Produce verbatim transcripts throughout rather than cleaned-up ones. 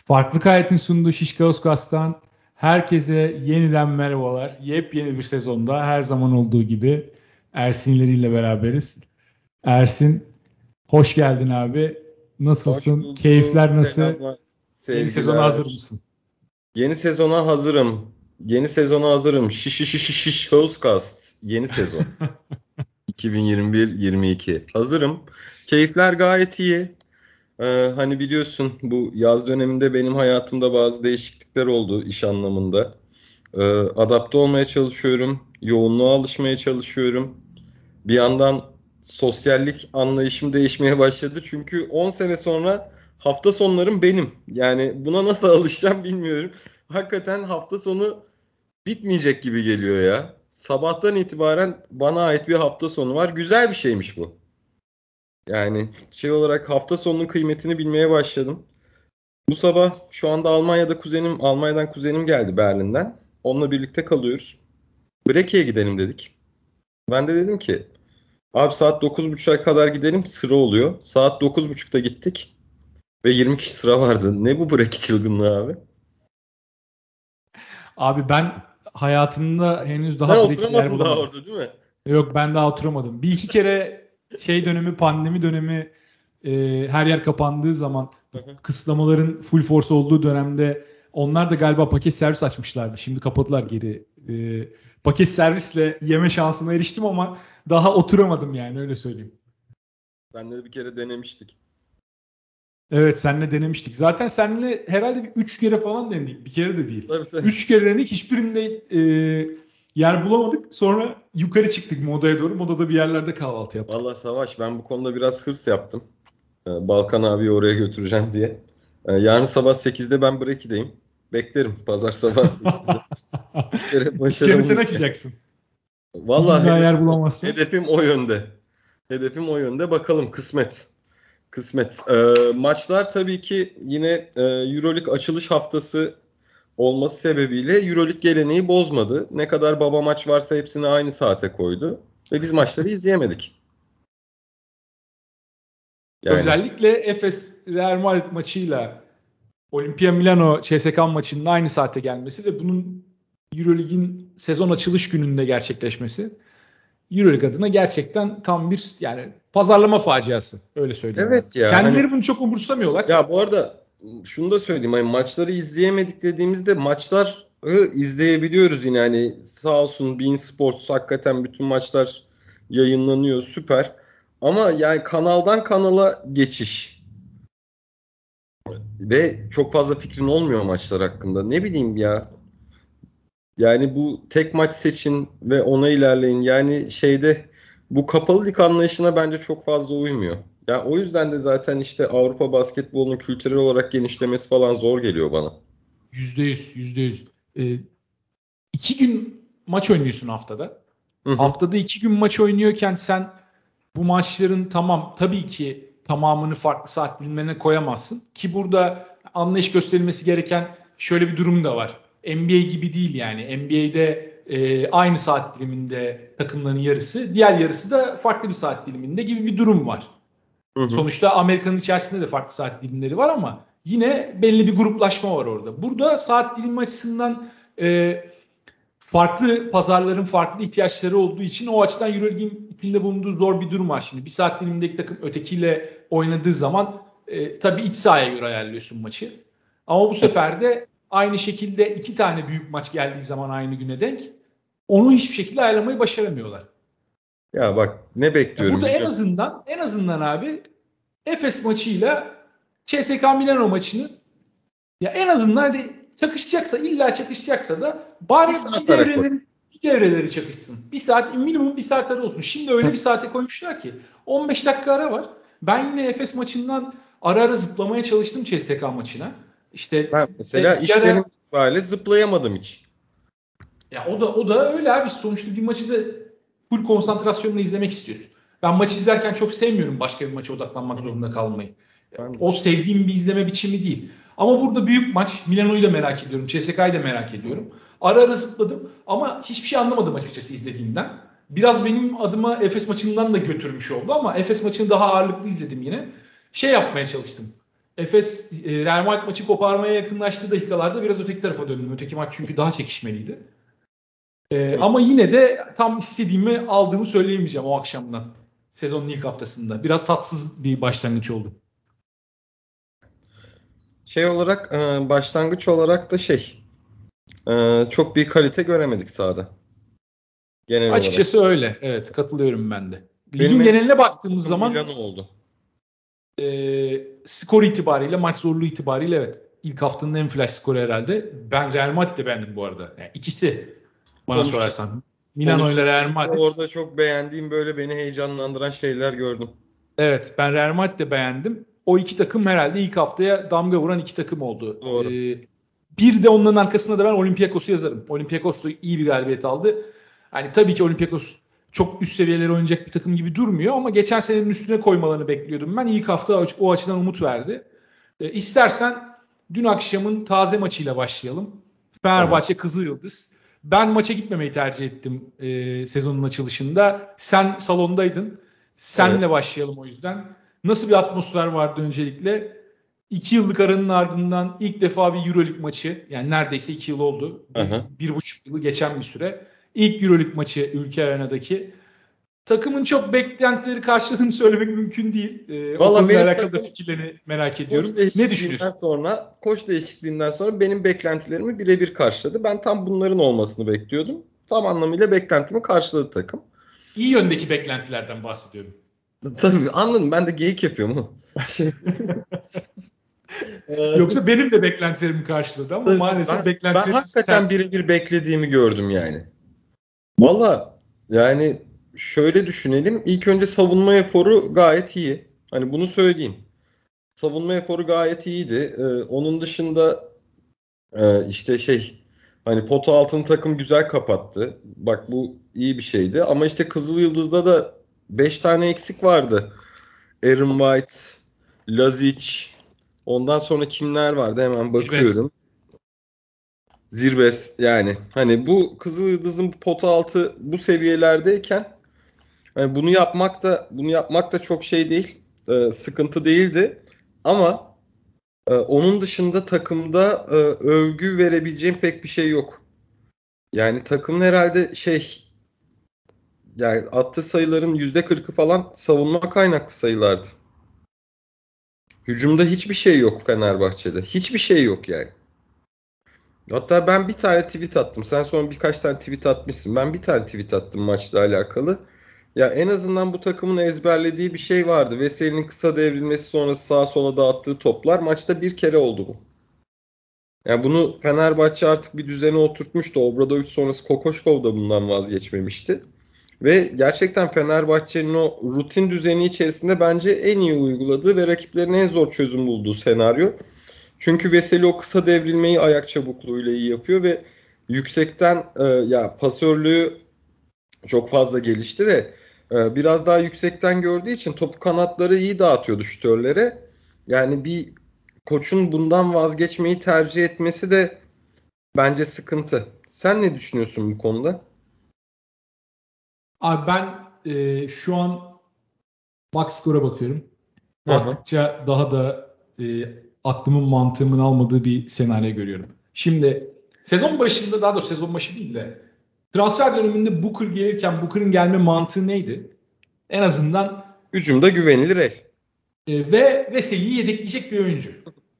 Farklı Kayet'in sunduğu Şişkaoskas'tan herkese yeniden merhabalar. Yepyeni bir sezonda her zaman olduğu gibi Ersin'leriyle beraberiz. Ersin, hoş geldin abi. Hoş Nasılsın? bulduk. Keyifler nasıl? Selamlar. Yeni sezona hazır Sevgiler. mısın? Yeni sezona hazırım. Yeni sezona hazırım. Şiş şiş şiş şiş Hostcast. Yeni sezon. iki bin yirmi bir yirmi iki. Hazırım. Keyifler gayet iyi. Ee, hani biliyorsun bu yaz döneminde benim hayatımda bazı değişiklikler oldu iş anlamında. Ee, adapte olmaya çalışıyorum. Yoğunluğa alışmaya çalışıyorum. Bir yandan sosyallik anlayışım değişmeye başladı. Çünkü on sene sonra hafta sonlarım benim. Yani buna nasıl alışacağım bilmiyorum. Hakikaten hafta sonu bitmeyecek gibi geliyor ya. Sabahtan itibaren bana ait bir hafta sonu var. Güzel bir şeymiş bu. Yani şey olarak hafta sonunun kıymetini bilmeye başladım. Bu sabah şu anda Almanya'da kuzenim, Almanya'dan kuzenim geldi Berlin'den. Onunla birlikte kalıyoruz. Breki'ye gidelim dedik. Ben de dedim ki abi saat dokuz buçuğa kadar gidelim, sıra oluyor. Saat dokuz buçukta gittik ve yirmi kişi sıra vardı. Ne bu Breki çılgınlığı abi? Abi ben hayatımda henüz Sen daha break yer oturamadın daha bulamadım. orada değil mi? Yok, ben daha oturamadım. Bir iki kere şey dönemi, pandemi dönemi, e, her yer kapandığı zaman, Hı hı. kısıtlamaların full force olduğu dönemde onlar da galiba paket servis açmışlardı. Şimdi kapadılar geri. E, paket servisle yeme şansına eriştim ama daha oturamadım, yani öyle söyleyeyim. Seninle de bir kere denemiştik. Evet, seninle denemiştik. Zaten seninle herhalde bir üç kere falan denedik. Bir kere de değil. Tabii tabii. Üç kere denedik. Hiçbirinde e, yer bulamadık. Sonra yukarı çıktık modaya doğru. Modada bir yerlerde kahvaltı yaptık. Vallahi Savaş, ben bu konuda biraz hırs yaptım. Ee, Balkan abiyi oraya götüreceğim diye. Ee, yarın sabah sekizde ben Breki'deyim. Beklerim pazar sabah sekizde. Bir kere Dükkanı sen başaralım. açacaksın. Bir gün Vallahi daha yer hedefim o. bulamazsan. Hedefim o yönde. Hedefim o yönde. Bakalım, kısmet. Kısmet. Ee, maçlar tabii ki yine e, Euroleague açılış haftası olması sebebiyle Euroleague geleneği bozmadı. Ne kadar baba maç varsa hepsini aynı saate koydu. Ve biz maçları izleyemedik. Yani Özellikle Efes Real Madrid maçıyla Olimpia Milano C S K A maçının aynı saate gelmesi ve bunun Euroleague'in sezon açılış gününde gerçekleşmesi Euroleague adına gerçekten tam bir, yani pazarlama faciası. Öyle söyleyeyim ben. evet ya, hani Kendileri bunu çok umursamıyorlar. ya bu arada şunu da söyleyeyim, hani maçları izleyemedik dediğimizde maçları izleyebiliyoruz yine, hani sağ olsun beIN Sports hakikaten bütün maçlar yayınlanıyor, süper. Ama yani kanaldan kanala geçiş ve çok fazla fikrin olmuyor maçlar hakkında. Ne bileyim ya. Yani bu tek maç seçin ve ona ilerleyin. Yani şeyde bu kapalı lig anlayışına bence çok fazla uymuyor. Ya o yüzden de zaten işte Avrupa basketbolunun kültürel olarak genişlemesi falan zor geliyor bana. Yüzde yüz, yüzde yüz. Ee, iki gün maç oynuyorsun haftada. Hı hı. Haftada iki gün maç oynuyorken sen bu maçların, tamam, tabii ki tamamını farklı saat dilimlerine koyamazsın. Ki burada anlayış gösterilmesi gereken şöyle bir durum da var. N B A gibi değil yani. N B A'de e, aynı saat diliminde takımların yarısı, diğer yarısı da farklı bir saat diliminde gibi bir durum var. Hı hı. Sonuçta Amerika'nın içerisinde de farklı saat dilimleri var ama yine belli bir gruplaşma var orada. Burada saat dilimi açısından e, farklı pazarların farklı ihtiyaçları olduğu için o açıdan Euroleague'in içinde bulunduğu zor bir durum var şimdi. Bir saat dilimindeki takım ötekiyle oynadığı zaman e, tabii iç sahaya göre ayarlıyorsun maçı. Ama bu sefer de aynı şekilde iki tane büyük maç geldiği zaman aynı güne denk onu hiçbir şekilde ayarlamayı başaramıyorlar. Ya bak, ne Ya bekliyorum burada en biliyor musun? azından en azından abi Efes maçıyla C S K A Milano maçını, ya en azından hadi çakışacaksa, illa çakışacaksa da Bir bari bir saat ara koy. devreleri bir devreleri çakışsın. Bir saat, minimum bir saatler olsun. Şimdi öyle Hı. bir saate koymuşlar ki on beş dakika ara var. Ben yine Efes maçından ara ara zıplamaya çalıştım C S K A maçına. İşte Ben e, mesela bir işlerim ara, itibariyle zıplayamadım hiç. ya o da o da öyle abi. Sonuçta bir maçı da full konsantrasyonla izlemek istiyoruz. Ben maçı izlerken çok sevmiyorum başka bir maça Hı odaklanmak hı. zorunda kalmayı. Ben de. O sevdiğim bir izleme biçimi değil. Ama burada büyük maç, Milano'yu da merak ediyorum, C S K A'yı da merak ediyorum. Ara ara zıpladım ama hiçbir şey anlamadım açıkçası izlediğimden. Biraz benim adıma Efes maçından da götürmüş oldu ama Efes maçını daha ağırlıklı izledim yine. Şey yapmaya çalıştım. Efes e, Real Madrid maçı koparmaya yakınlaştığı dakikalarda biraz öteki tarafa döndüm. Öteki maç çünkü daha çekişmeliydi. E, ama yine de tam istediğimi aldığımı söyleyemeyeceğim o akşamdan. Sezonun ilk haftasında. Biraz tatsız bir başlangıç oldu. Şey olarak e, başlangıç olarak da şey e, çok bir kalite göremedik sahada. Genel olarak. Açıkçası öyle. Evet, katılıyorum ben de. Ligin Benim en geneline baktığımız Milan zaman oldu. e, skor itibariyle, maç zorluğu itibariyle evet. İlk haftanın en flash skoru herhalde. Ben Real Madrid'i beğendim bu arada. Yani ikisi bana Konuşacağız. sorarsan. Milano ile Konuşacağız. Real Benim de Madrid. orada çok beğendiğim böyle beni heyecanlandıran şeyler gördüm. Evet, ben Real Madrid'i beğendim. O iki takım herhalde ilk haftaya damga vuran iki takım oldu. Ee, Doğru. bir de onların arkasında da ben Olympiakos'u yazarım. Olympiakos da iyi bir galibiyet aldı. Hani tabii ki Olympiakos çok üst seviyeleri oynayacak bir takım gibi durmuyor ama geçen senenin üstüne koymalarını bekliyordum ben. İlk hafta o açıdan umut verdi. Ee, istersen dün akşamın taze maçıyla başlayalım. Tamam. Fenerbahçe Kızılyıldız. Ben maça gitmemeyi tercih ettim e, sezonun açılışında. Sen salondaydın. Evet. Senle başlayalım o yüzden. Nasıl bir atmosfer vardı öncelikle? İki yıllık aranın ardından ilk defa bir Euroleague maçı, yani neredeyse iki yıl oldu. Bir, Aha. bir buçuk yılı geçen bir süre. İlk Euroleague maçı Ülker Arena'daki. Takımın çok beklentileri karşıladığını söylemek mümkün değil. Ee, o Valla konuyla benim alakalı da takım fikirlerini merak koç ediyorum. Ne değişikliğinden düşünüyorsun? sonra koç değişikliğinden sonra benim beklentilerimi birebir karşıladı. Ben tam bunların olmasını bekliyordum. Tam anlamıyla beklentimi karşıladı takım. İyi yöndeki beklentilerden bahsediyorum. Tabii anladım. Ben de geyik yapıyorum ama. Şey, Yoksa benim de beklentilerimi karşıladı ama maalesef ben, ben beklentilerimiz hakikaten ters. birebir beklediğimi gördüm yani. Valla yani şöyle düşünelim. İlk önce savunma eforu gayet iyi. Hani bunu söyleyeyim. Savunma eforu gayet iyiydi. Ee, onun dışında e, işte şey hani pota altını takım güzel kapattı. Bak bu iyi bir şeydi. Ama işte Kızıl Yıldız'da da beş tane eksik vardı. Aaron White, Lazic, ondan sonra kimler vardı hemen Zirves. bakıyorum. Zirbes yani hani bu Kızıl Yıldız'ın pota altı bu seviyelerdeyken hani bunu yapmak da bunu yapmak da çok şey değil, e, sıkıntı değildi. Ama e, onun dışında takımda e, övgü verebileceğim pek bir şey yok. Yani takımın herhalde şey yani attığı sayıların yüzde kırkı falan savunma kaynaklı sayılardı. Hücumda hiçbir şey yok Fenerbahçe'de. Hiçbir şey yok yani. Hatta ben bir tane tweet attım. Sen sonra birkaç tane tweet atmışsın. Ben bir tane tweet attım maçla alakalı. Ya en azından bu takımın ezberlediği bir şey vardı. Veseli'nin kısa devrilmesi sonrası sağa sola dağıttığı toplar maçta bir kere oldu bu. Yani bunu Fenerbahçe artık bir düzene oturtmuştu. Obradoviç sonrası Kokoşkov da bundan vazgeçmemişti. Ve gerçekten Fenerbahçe'nin o rutin düzeni içerisinde bence en iyi uyguladığı ve rakiplerin en zor çözüm bulduğu senaryo. Çünkü Veseli o kısa devrilmeyi ayak çabukluğuyla iyi yapıyor ve yüksekten e, ya pasörlüğü çok fazla gelişti ve e, biraz daha yüksekten gördüğü için topu kanatları iyi dağıtıyordu şütörlere. Yani bir koçun bundan vazgeçmeyi tercih etmesi de bence sıkıntı. Sen ne düşünüyorsun bu konuda? Abi ben e, şu an box score'a bakıyorum. Hı hı. Baktıkça daha da e, aklımın mantığımın almadığı bir senaryo görüyorum. Şimdi sezon başında, daha doğrusu sezon başı değil de transfer döneminde Booker gelirken Booker'ın gelme mantığı neydi? En azından Hücumda güvenilir el. e, ve Veseli'yi yedekleyecek bir oyuncu.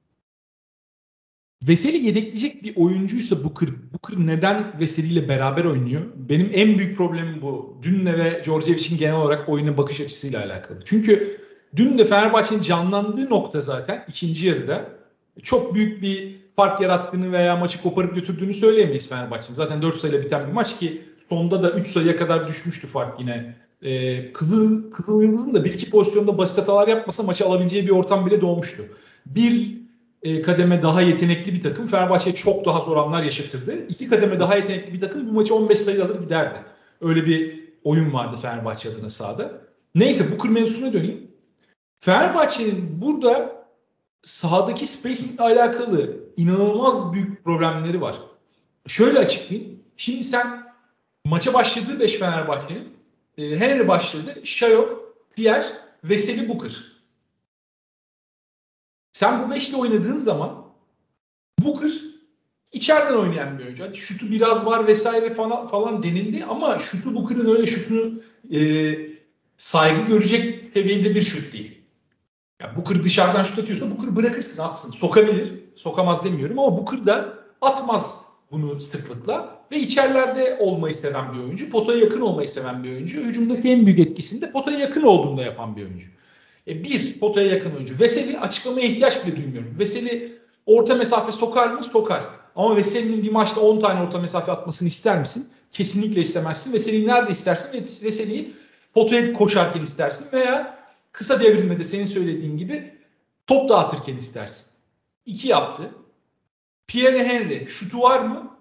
Veseli yedekleyecek bir oyuncuysa Booker, Booker neden Veseli ile beraber oynuyor? Benim en büyük problemim bu. Dünle ve Djordjevic'in genel olarak oyuna bakış açısıyla alakalı. Çünkü dün de Fenerbahçe'nin canlandığı nokta zaten ikinci yarıda çok büyük bir fark yarattığını veya maçı koparıp götürdüğünü söyleyemeyiz Fenerbahçe'nin. Zaten dört sayıyla biten bir maç ki sonda da üç sayıya kadar düşmüştü fark yine. Ee, Kızıl, Kızıl Yıldız'ın da bir iki pozisyonda basit hatalar yapmasa maçı alabileceği bir ortam bile doğmuştu. Bir e, kademe daha yetenekli bir takım Fenerbahçe'ye çok daha zor anlar yaşatırdı. İki kademe daha yetenekli bir takım bu maçı on beş sayı alır giderdi. Öyle bir oyun vardı Fenerbahçe adına sahada. Neyse bu kır mevzusuna döneyim. Fenerbahçe'nin burada sahadaki spacing ile alakalı inanılmaz büyük problemleri var. Şöyle açıklayayım. Şimdi sen maça başladığı beş Fenerbahçe'nin e, Henry başladı. Şayok, Pierre, Veseli, Booker. Sen bu beşle oynadığın zaman Booker içeriden oynayan bir oyuncu. Hadi şutu biraz var vesaire falan, falan denildi ama şutu Booker'ın öyle şutunu e, saygı görecek seviyede bir şut değil. Ya Booker dışarıdan şut atıyorsa Booker bırakırsın atsın. Sokabilir. Sokamaz demiyorum ama Booker da atmaz bunu sıklıkla ve içerilerde olmayı seven bir oyuncu. Potaya yakın olmayı seven bir oyuncu. Hücumdaki en büyük etkisini de potaya yakın olduğunda yapan bir oyuncu. E bir, potaya yakın oyuncu. Veseli açıklamaya ihtiyaç bile duymuyorum. Veseli orta mesafe sokar mı? Sokar. Ama Veseli'nin bir maçta on tane orta mesafe atmasını ister misin? Kesinlikle istemezsin. Veseli'yi nerede istersin? Veseli'yi potaya koşarken istersin veya kısa devrilmede senin söylediğin gibi top dağıtırken istersin. İki yaptı. Pierre Henry şutu var mı?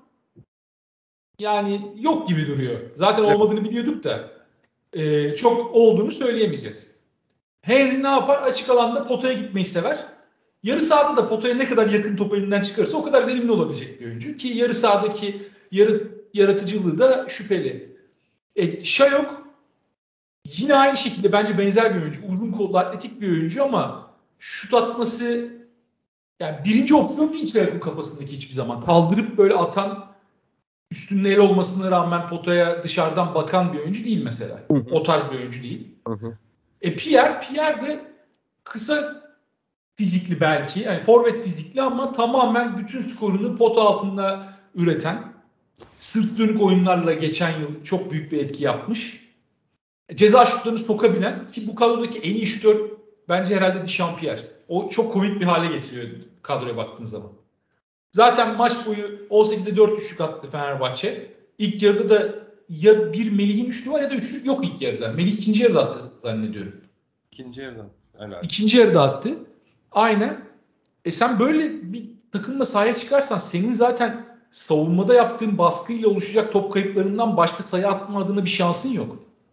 Yani yok gibi duruyor. Zaten olmadığını biliyorduk da e, çok olduğunu söyleyemeyeceğiz. Henry ne yapar? Açık alanda potaya gitmeyi sever. Yarı sahada da potaya ne kadar yakın top elinden çıkarsa o kadar verimli olabilecek bir oyuncu. Ki yarı sahadaki yarı, yaratıcılığı da şüpheli. E, Şayok yine aynı şekilde bence benzer bir oyuncu. Uzun kollu atletik bir oyuncu ama şut atması yani birinci opsiyon değil Şayok'un kafasındaki hiçbir zaman. Kaldırıp böyle atan üstünde el olmasına rağmen potaya dışarıdan bakan bir oyuncu değil mesela. Hı hı. O tarz bir oyuncu değil. Hı hı. E Pierre, Pierre de kısa fizikli belki. Yani forvet fizikli ama tamamen bütün skorunu pot altında üreten, sırt dönük oyunlarla geçen yıl çok büyük bir etki yapmış. Ceza şutlarını sokabilen ki bu kadrodaki en iyi şutör bence herhalde Dechampierre. O çok komik bir hale getiriyor kadroya baktığın zaman. Zaten maç boyu on sekizde dört üçlük attı Fenerbahçe. İlk yarıda da ya bir Melih'in üçlü var ya da üçlük yok ilk yarıda. Melih ikinci yarıda attı zannediyorum. İkinci yarıda. Helal. İkinci yarıda attı. Aynen. E sen böyle bir takımla sahaya çıkarsan senin zaten savunmada yaptığın baskıyla oluşacak top kayıplarından başka sayı atma adına bir şansın yok.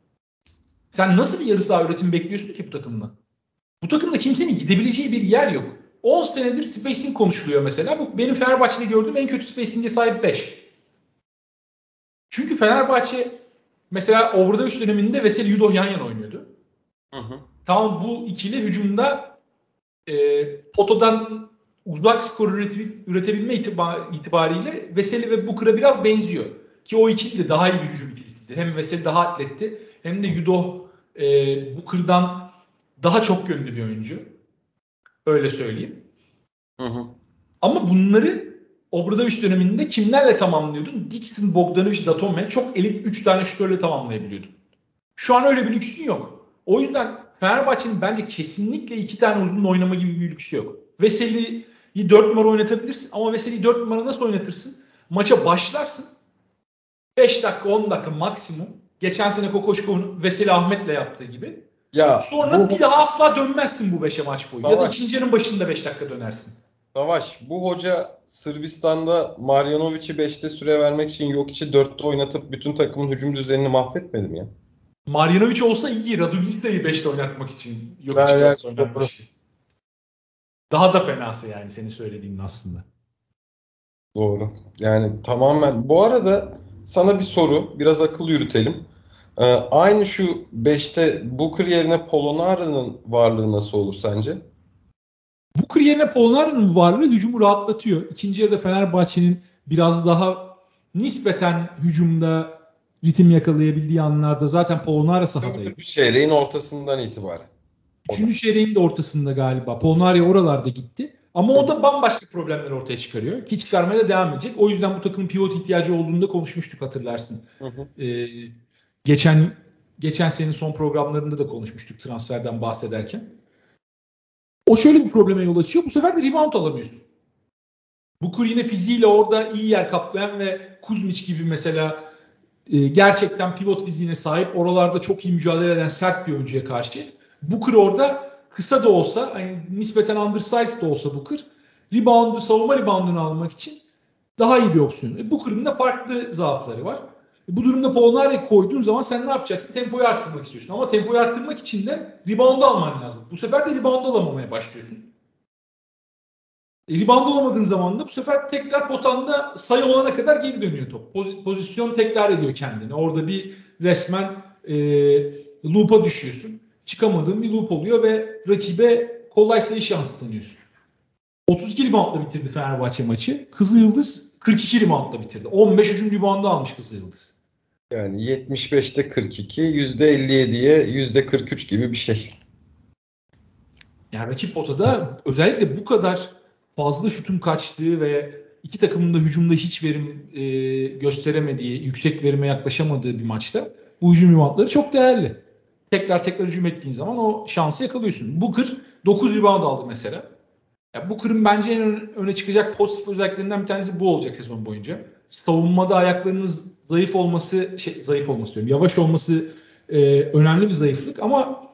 Sen nasıl bir yarı saha üretimi bekliyorsun ki bu takımla? Bu takımda kimsenin gidebileceği bir yer yok. on senedir spacing konuşuluyor mesela. Bu benim Fenerbahçe'de gördüğüm en kötü spacing'e sahip beş. Çünkü Fenerbahçe mesela Obradoviç döneminde Veseli Yudoh yan yana oynuyordu. Hı hı. Tamam bu ikili hücumda e, potadan uzak skor üretebilme itibariyle Veseli ve Booker'a biraz benziyor. Ki o ikili de daha iyi bir hücum ikilisiydi. Hem Veseli daha atletti hem de Yudoh e, Booker'dan daha çok yönlü bir oyuncu. Öyle söyleyeyim. Hı hı. Ama bunları Obradoviç döneminde kimlerle tamamlıyordun? Dixon, Bogdanovic, Datome çok elit üç tane şutörle tamamlayabiliyordun. Şu an öyle bir lüksün yok. O yüzden Fenerbahçe'nin bence kesinlikle iki tane uzun oynama gibi bir lüksü yok. Veseli'yi dört numara oynatabilirsin ama Veseli'yi dört numara nasıl oynatırsın? Maça başlarsın. beş dakika on dakika maksimum. Geçen sene Kokoşkov'un Veseli Ahmet'le yaptığı gibi. Ya Sonra bu bir daha asla dönmezsin bu beşe maç boyu. Ya da Savaş. ikinci yarının başında beş dakika dönersin. Savaş, bu hoca Sırbistan'da Marjanovic'i beşte süre vermek için Jokic'i dörtte oynatıp bütün takımın hücum düzenini mahvetmedi mi ya? Marjanovic olsa iyi. Raduljić'i beşte oynatmak için yok Ben hiç yani dörtte oynatmış. Daha da fenası yani senin söylediğin aslında. Doğru. Yani tamamen. Bu arada sana bir soru, biraz akıl yürütelim. Ee, aynı şu beşte Booker yerine Polonara'nın varlığı nasıl olur sence? Booker yerine Polonara'nın varlığı hücumu rahatlatıyor. İkinci yarıda Fenerbahçe'nin biraz daha nispeten hücumda ritim yakalayabildiği anlarda zaten Polonara sahadaydı. Üçüncü çeyreğin ortasından itibaren. Üçüncü çeyreğin de ortasında galiba. Polonara oralarda gitti. Ama o da bambaşka problemler ortaya çıkarıyor. Ki çıkarmaya da devam edecek. O yüzden bu takımın pivot ihtiyacı olduğunu da konuşmuştuk hatırlarsın. Hı hı. Ee, geçen geçen senenin son programlarında da konuşmuştuk transferden bahsederken. O şöyle bir probleme yol açıyor. Bu sefer de rebound alamıyorsun. Booker yine fiziğiyle orada iyi yer kaplayan ve Kuzmic gibi mesela e, gerçekten pivot fiziğine sahip, oralarda çok iyi mücadele eden sert bir oyuncuya karşı. Booker orada kısa da olsa, hani nispeten undersized da olsa Booker, reboundu, savunma reboundunu almak için daha iyi bir opsiyon. E, Booker'ın da farklı zaafları var. E, bu durumda Polonara'yı koyduğun zaman sen ne yapacaksın? Tempoyu arttırmak istiyorsun. Ama tempoyu arttırmak için de reboundu alman lazım. Bu sefer de reboundu alamamaya başlıyorsun. E, rebound olamadığın zaman da bu sefer tekrar potanda sayı olana kadar geri dönüyor top. Poz- pozisyon tekrar ediyor kendini. Orada bir resmen e, loop'a düşüyorsun. Çıkamadığın bir loop oluyor ve rakibe kolay sayı şansı tanıyorsun. otuz iki reboundla bitirdi Fenerbahçe maçı. Kızılyıldız kırk iki reboundla bitirdi. on beş hücum reboundu almış Kızılyıldız. Yani yetmiş beşte kırk iki, yüzde elli yediye yüzde kırk üç gibi bir şey. Yani rakip potada özellikle bu kadar fazla şutun kaçtığı ve iki takımın da hücumda hiç verim e, gösteremediği, yüksek verime yaklaşamadığı bir maçta bu hücum reboundları çok değerli. Tekrar tekrar hücum ettiğin zaman o şansı yakalıyorsun. Booker dokuz rebound aldı mesela. Ya Booker'ın bence en öne çıkacak pozitif özelliklerinden bir tanesi bu olacak sezon boyunca. Savunmada ayaklarının zayıf olması, şey, zayıf olması diyorum, yavaş olması e, önemli bir zayıflık ama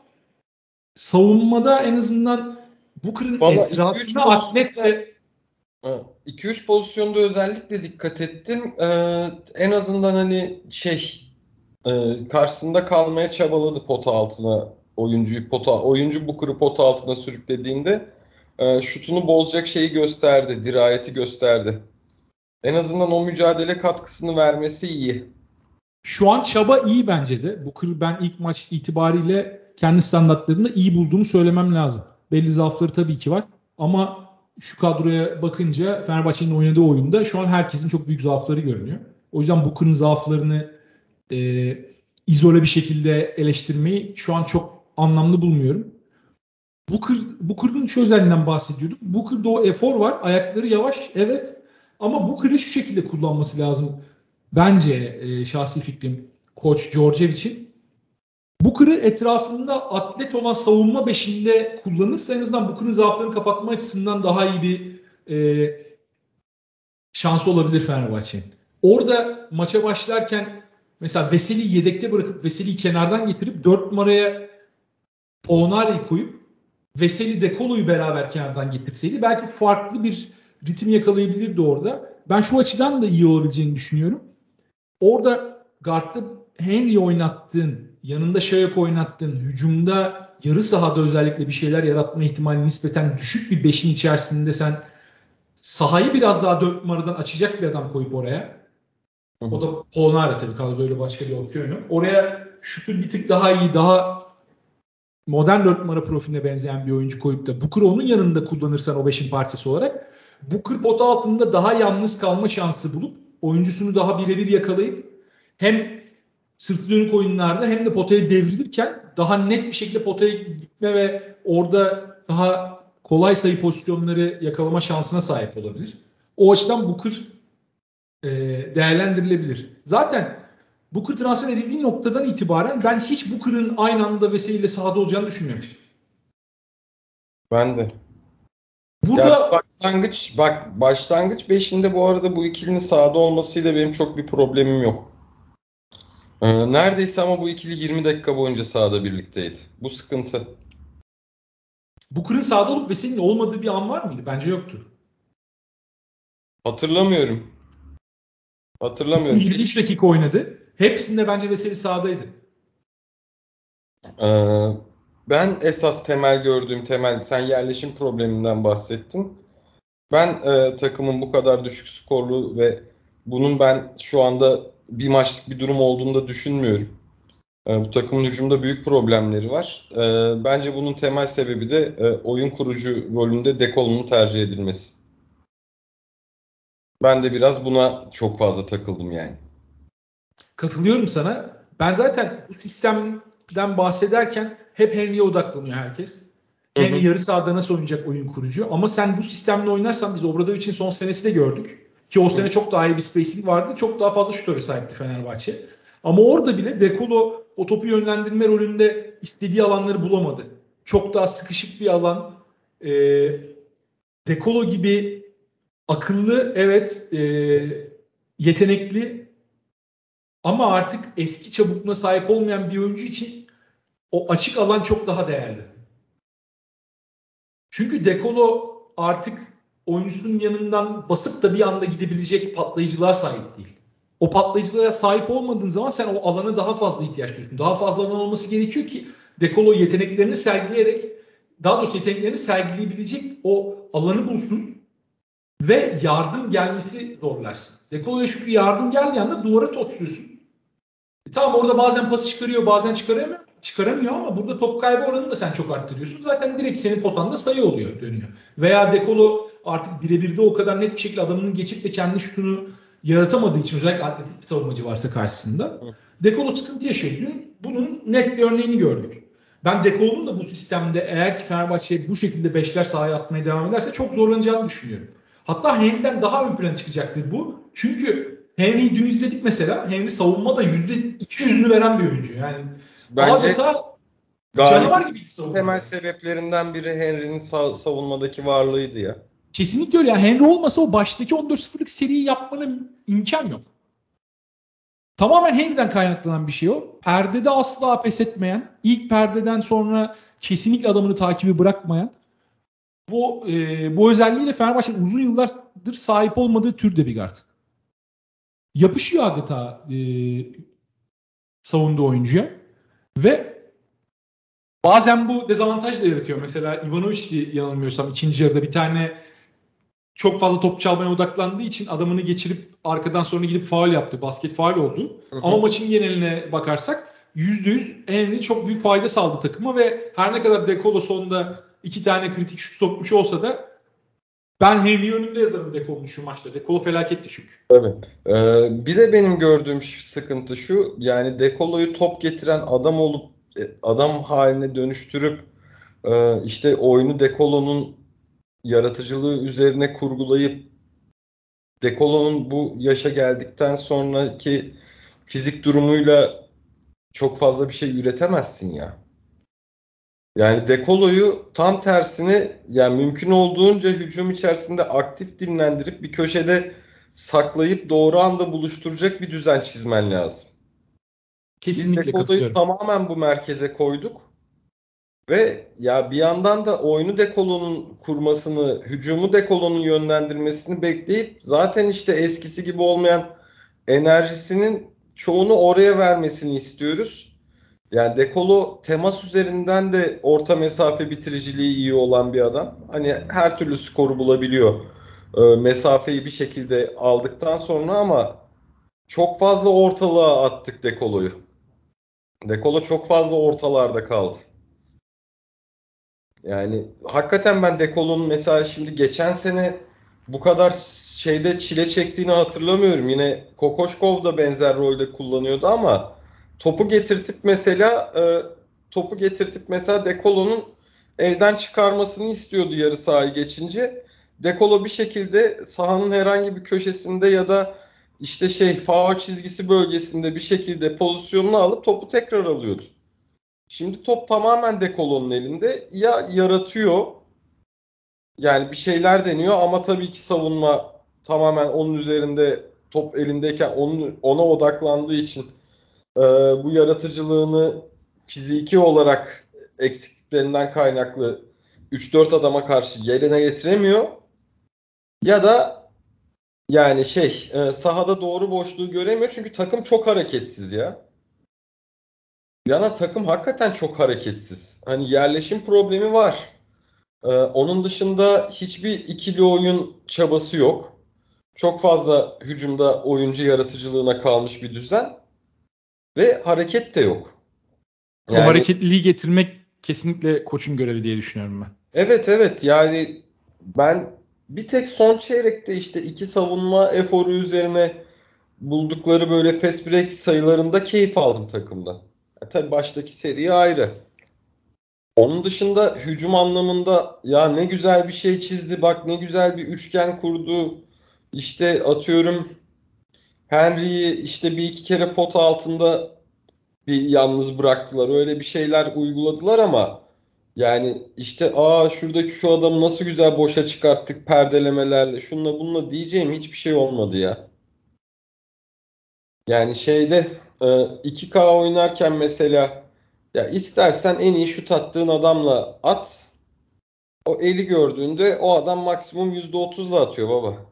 savunmada en azından Booker'ın Valla iki üç etrafında atlet pozisyonda ve iki üç pozisyonda özellikle dikkat ettim. Ee, en azından hani şey e, karşısında kalmaya çabaladı pota altına oyuncuyu pota oyuncu Booker'ı pota altına sürüklediğinde e, şutunu bozacak şeyi gösterdi, dirayeti gösterdi. En azından o mücadele katkısını vermesi iyi. şu an çaba iyi bence de. Booker ben ilk maç itibariyle kendi standartlarında iyi bulduğumu söylemem lazım. Belli zaafları tabii ki var ama şu kadroya bakınca Fenerbahçe'nin oynadığı oyunda şu an herkesin çok büyük zaafları görünüyor. O yüzden Booker'ın zaaflarını e, izole bir şekilde eleştirmeyi şu an çok anlamlı bulmuyorum. Booker, Booker'ın şu özelliğinden bahsediyordum. Booker'da o efor var. Ayakları yavaş, evet. Ama Booker'ı şu şekilde kullanması lazım. Bence e, şahsi fikrim Koç Djordjevic'in. Booker'ı etrafında atlet olan savunma beşinde kullanırsa en azından Booker'ın zaaflarını kapatma açısından daha iyi bir e, şansı olabilir Fenerbahçe'nin. Orada maça başlarken mesela Veseli'yi yedekte bırakıp Veseli'yi kenardan getirip dört numaraya Polonar'ı koyup Veseli de Kolo'yu beraber kenardan getirseydi belki farklı bir ritim yakalayabilirdi orada. Ben şu açıdan da iyi olabileceğini düşünüyorum. Orada guard'da Henry oynattığın, yanında Şayak oynattığın, hücumda yarı sahada özellikle bir şeyler yaratma ihtimali nispeten düşük bir beşin içerisinde sen sahayı biraz daha dört numaradan açacak bir adam koyup oraya. Hı O hı. da Polonara tabii kadroda öyle başka bir opsiyon yok. Oraya şutu bir tık daha iyi, daha modern dört numara profiline benzeyen bir oyuncu koyup da Booker'ı onun yanında kullanırsan o beşin parçası olarak Booker pota altında daha yalnız kalma şansı bulup oyuncusunu daha birebir yakalayıp hem sırtı dönük oyunlarda hem de potaya devrilirken daha net bir şekilde potaya gitme ve orada daha kolay sayı pozisyonları yakalama şansına sahip olabilir. O açıdan Booker e, değerlendirilebilir. Zaten Booker transfer edildiği noktadan itibaren ben hiç Booker'ın aynı anda Veseli ile sahada olacağını düşünmüyorum. Ben de. Ya Burada başlangıç bak başlangıç beşinde bu arada bu ikilinin sahada olmasıyla benim çok bir problemim yok. Ee, neredeyse ama bu ikili yirmi dakika boyunca sahada birlikteydi. Bu sıkıntı. Booker'ın sahada olup Veseli'nin olmadığı bir an var mıydı? Bence yoktu. Hatırlamıyorum. Booker Hatırlamıyorum. yirmi üç Keşke. dakika oynadı. Hepsinde bence Veseli sahadaydı. Ee, ben esas temel gördüğüm temel sen yerleşim probleminden bahsettin. Ben e, takımın bu kadar düşük skorlu ve bunun ben şu anda bir maçlık bir durum olduğunu da düşünmüyorum. E, bu takımın hücumda büyük problemleri var. E, bence bunun temel sebebi de e, oyun kurucu rolünde Dekolo'nun tercih edilmesi. Ben de biraz buna çok fazla takıldım yani. Katılıyorum sana. Ben zaten bu sistemden bahsederken hep Henry'e odaklanıyor herkes. Hı Henry hı. yarı sahada nasıl oynayacak oyun kurucu. Ama sen bu sistemle oynarsan biz Obradovic'in son senesi de gördük. Ki o Hı. sene çok daha iyi bir spacing vardı. Çok daha fazla şutöre sahipti Fenerbahçe. Ama orada bile Dekolo o topu yönlendirme rolünde istediği alanları bulamadı. Çok daha sıkışık bir alan. E, Dekolo gibi akıllı, evet, e, yetenekli ama artık eski çabukluğuna sahip olmayan bir oyuncu için o açık alan çok daha değerli. Çünkü Dekolo artık oyuncusunun yanından basıp da bir anda gidebilecek patlayıcılığa sahip değil. O patlayıcılığa sahip olmadığın zaman sen o alana daha fazla ihtiyaç duyuyorsun. Daha fazla alan olması gerekiyor ki Dekolo yeteneklerini sergileyerek, daha doğrusu yeteneklerini sergileyebilecek o alanı bulsun ve yardım gelmesi zorlaşsın. Dekolo'ya çünkü yardım geldiği anda duvara oturuyorsun. E tamam, orada bazen pası çıkarıyor, bazen çıkaramıyor. Çıkaramıyor ama burada top kaybı oranını da sen çok arttırıyorsun. Zaten direkt senin potanda sayı oluyor, dönüyor. Veya Dekolo artık birebir de o kadar net bir şekilde adamının geçip de kendi şutunu yaratamadığı için, özellikle atletik bir savunmacı varsa karşısında, De Colo sıkıntı yaşıyor. Dün bunun net bir örneğini gördük. Ben De Colo'nun da bu sistemde, eğer ki Fenerbahçe bu şekilde beşler sahaya atmaya devam ederse, çok zorlanacağını düşünüyorum. Hatta Henry'den daha ön plana çıkacaktır bu. Çünkü Henry'i dün izledik mesela. Henry savunmada yüzde iki yüzünü veren bir oyuncu. Yani Bence adeta canavar galibiyet gibi savunma. temel sebeplerinden biri Henry'nin sa- savunmadaki varlığıydı ya. Kesinlikle öyle. Yani Henry olmasa o baştaki on dört sıfırlık seriyi yapmanın imkan yok. Tamamen Henry'den kaynaklanan bir şey o. Perdede asla pes etmeyen, ilk perdeden sonra kesinlikle adamını takibi bırakmayan, bu e, bu özelliğiyle Fenerbahçe'nin uzun yıllardır sahip olmadığı türde bir guard. Yapışıyor adeta e, savunduğu oyuncuya ve bazen bu dezavantaj da yaratıyor. Mesela Ivanovic'di yanılmıyorsam ikinci yarıda bir tane çok fazla top çalmaya odaklandığı için adamını geçirip arkadan sonra gidip faul yaptı. Basket faul oldu. Hı hı. Ama maçın geneline bakarsak yüzde yüz Henry çok büyük fayda sağladı takıma ve her ne kadar De Colo sonunda iki tane kritik şut sokmuş olsa da ben Henry'i önünde yazarım De Colo'nun şu maçta. De Colo felaketti çünkü. Tabii. Ee, bir de benim gördüğüm sıkıntı şu. Yani De Colo'yu top getiren adam olup adam haline dönüştürüp e, işte oyunu De Colo'nun yaratıcılığı üzerine kurgulayıp De Colo'nun bu yaşa geldikten sonraki fizik durumuyla çok fazla bir şey üretemezsin ya. Yani De Colo'yu tam tersini, yani mümkün olduğunca hücum içerisinde aktif dinlendirip bir köşede saklayıp doğru anda buluşturacak bir düzen çizmen lazım. Biz De Kesinlikle Colo'yu katılıyorum. tamamen bu merkeze koyduk ve ya bir yandan da oyunu De Colo'nun kurmasını, hücumu De Colo'nun yönlendirmesini bekleyip zaten işte eskisi gibi olmayan enerjisinin çoğunu oraya vermesini istiyoruz. Yani De Colo temas üzerinden de orta mesafe bitiriciliği iyi olan bir adam. Hani her türlü skoru bulabiliyor. E, mesafeyi bir şekilde aldıktan sonra ama çok fazla ortalığa attık De Colo'yu. De Colo çok fazla ortalarda kaldı. Yani hakikaten ben De Colo'nun mesela şimdi geçen sene bu kadar şeyde çile çektiğini hatırlamıyorum. Yine Kokoşkov da benzer rolde kullanıyordu ama topu getirtip mesela e, topu getirtip mesela De Colo'nun elden çıkarmasını istiyordu yarı sahayı geçince. De Colo bir şekilde sahanın herhangi bir köşesinde ya da işte şey faul çizgisi bölgesinde bir şekilde pozisyonunu alıp topu tekrar alıyordu. Şimdi top tamamen De Colo'nun elinde. Ya yaratıyor, yani bir şeyler deniyor ama tabii ki savunma tamamen onun üzerinde, top elindeyken onun, ona odaklandığı için e, bu yaratıcılığını fiziki olarak eksikliklerinden kaynaklı üç dört adama karşı yerine getiremiyor. Ya da yani şey e, sahada doğru boşluğu göremiyor çünkü takım çok hareketsiz ya. Yana takım hakikaten çok hareketsiz. Hani yerleşim problemi var. Ee, onun dışında hiçbir ikili oyun çabası yok. Çok fazla hücumda oyuncu yaratıcılığına kalmış bir düzen ve hareket de yok. O Yani hareketliliği getirmek kesinlikle koçun görevi diye düşünüyorum ben. evet evet yani ben bir tek son çeyrekte işte iki savunma eforu üzerine buldukları böyle fast break sayılarında keyif aldım takımdan. Ya tabii baştaki seri ayrı. Onun dışında hücum anlamında ya ne güzel bir şey çizdi. Bak ne güzel bir üçgen kurdu. İşte atıyorum Henry'yi işte bir iki kere pot altında bir yalnız bıraktılar. Öyle bir şeyler uyguladılar ama yani işte aa şuradaki şu adamı nasıl güzel boşa çıkarttık perdelemelerle. Şunla bununla diyeceğim hiçbir şey olmadı ya. Yani şeyde e, iki K oynarken mesela ya istersen en iyi şut attığın adamla at. O eli gördüğünde o adam maksimum yüzde otuzla atıyor baba.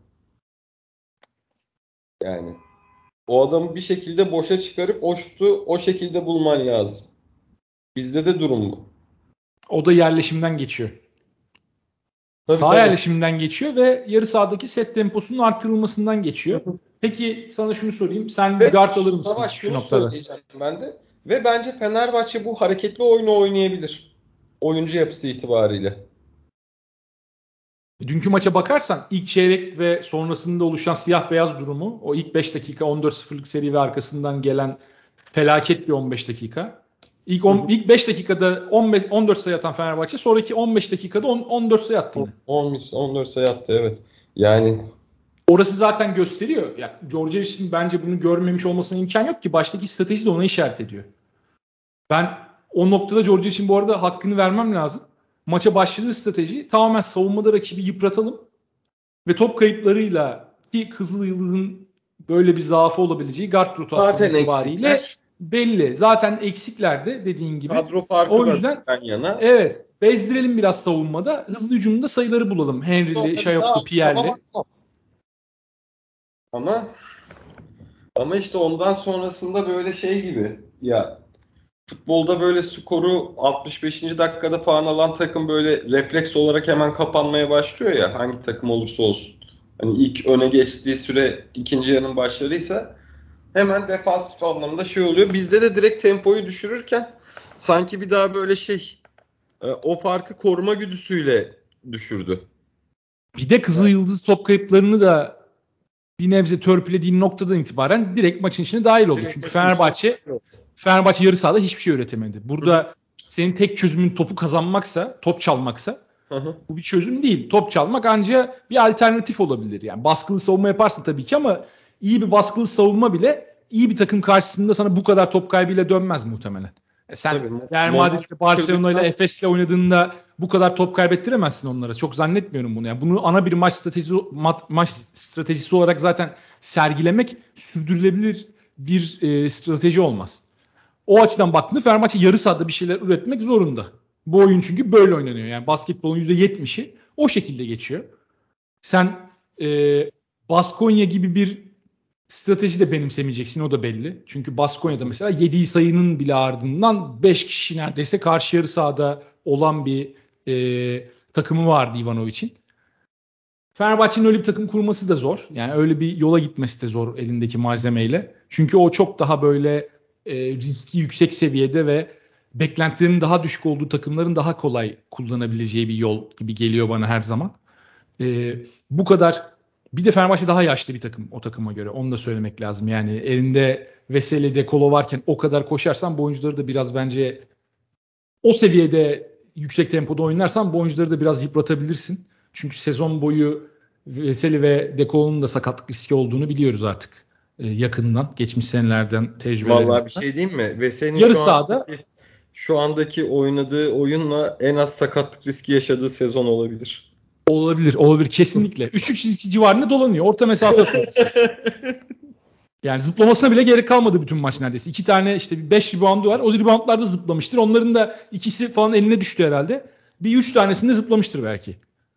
Yani o adamı bir şekilde boşa çıkarıp o şutu o şekilde bulman lazım. Bizde de durum bu. O da yerleşimden geçiyor. Tabii Sağ tabii. yerleşiminden geçiyor ve yarı sahadaki set temposunun artırılmasından geçiyor. Peki sana şunu sorayım. Sen Ve guard alır mısın Savaş şu şunu noktada? söyleyeceğim ben de. Ve bence Fenerbahçe bu hareketli oyunu oynayabilir. Oyuncu yapısı itibariyle. Dünkü maça bakarsan ilk çeyrek ve sonrasında oluşan siyah beyaz durumu, o ilk beş dakika on dört sıfırlık seri ve arkasından gelen felaket bir on beş dakika. İlk on, ilk beş dakikada on beş on dört sayı atan Fenerbahçe, sonraki on beş dakikada on, on dört sayı attı yine. on dört sayı attı, evet. Yani orası zaten gösteriyor. Yani Djordjevic'in bence bunu görmemiş olmasına imkan yok ki, baştaki strateji de ona işaret ediyor. Ben o noktada Djordjevic'in bu arada hakkını vermem lazım. Maça başladığı strateji tamamen savunmada rakibi yıpratalım ve top kayıplarıyla, ki Kızılyıldız'ın böyle bir zaafı olabileceği guard rotasyonu zaten itibariyle eksikler. belli. Zaten eksiklerde dediğin gibi. Kadro farkı O var yüzden ben yana. evet, bezdirelim biraz savunmada. Hızlı hücumda sayıları bulalım. Henry'li, Sonra bir daha Şayok'lu, tamam Pierre'li. ama ama işte ondan sonrasında böyle şey gibi ya, futbolda böyle skoru altmış beşinci dakikada falan alan takım böyle refleks olarak hemen kapanmaya başlıyor ya, hangi takım olursa olsun. Hani ilk öne geçtiği süre ikinci yarının başlarıysa hemen defansif anlamda şey oluyor. Bizde de direkt tempoyu düşürürken sanki bir daha böyle şey e, o farkı koruma güdüsüyle düşürdü. Bir de Kızılyıldız top kayıplarını da bir nebze törpülediğin noktadan itibaren direkt maçın içine dahil oldu. Direkt Çünkü maçın içine. Fenerbahçe Fenerbahçe yarı sahada hiçbir şey üretemedi. Burada senin tek çözümün topu kazanmaksa, top çalmaksa, Hı hı. bu bir çözüm değil. Top çalmak ancak bir alternatif olabilir. Yani baskılı savunma yaparsın tabii ki, ama iyi bir baskılı savunma bile iyi bir takım karşısında sana bu kadar top kaybıyla dönmez muhtemelen. E sen Tabii. Real Moment Madrid'de, Barcelona ile kırdıktan Efes'le oynadığında bu kadar top kaybettiremezsin onlara. Çok zannetmiyorum bunu. Yani bunu ana bir maç stratejisi ma- maç stratejisi olarak zaten sergilemek sürdürülebilir bir e, strateji olmaz. O açıdan baktığında Fenerbahçe yarı sahada bir şeyler üretmek zorunda. Bu oyun çünkü böyle oynanıyor. Yani basketbolun yüzde yetmişi o şekilde geçiyor. Sen e, Baskonya gibi bir strateji de benimsemeyeceksin, o da belli. Çünkü Baskonya'da mesela yediği sayının bile ardından beş kişi neredeyse karşı yarı sahada olan bir e, takımı vardı Ivanovic'in. Fenerbahçe'nin öyle bir takım kurması da zor. Yani öyle bir yola gitmesi de zor elindeki malzemeyle. Çünkü o çok daha böyle e, riski yüksek seviyede ve beklentilerin daha düşük olduğu takımların daha kolay kullanabileceği bir yol gibi geliyor bana her zaman. E, bu kadar, bir de Fenerbahçe daha yaşlı bir takım o takıma göre. Onu da söylemek lazım. Yani elinde Veseli de Kolo varken o kadar koşarsan bu oyuncuları da biraz, bence o seviyede yüksek tempoda oynarsan bu oyuncuları da biraz yıpratabilirsin. Çünkü sezon boyu Veseli ve Dekolo'nun da sakatlık riski olduğunu biliyoruz artık. Ee, yakından, geçmiş senelerden vallahi bir tecrübelerimizden. şey diyeyim mi? Ve senin Yarı şu sahada andaki şu andaki oynadığı oyunla en az sakatlık riski yaşadığı sezon olabilir. olabilir, olabilir kesinlikle. üç üç çizgi civarında dolanıyor. Orta mesafe atıyor mesela. Yani zıplamasına bile gerek kalmadı bütün maç neredeyse. İki tane işte beş reboundu var. O reboundlarda zıplamıştır. Onların da ikisi falan eline düştü herhalde. Bir üç tanesinde zıplamıştır belki.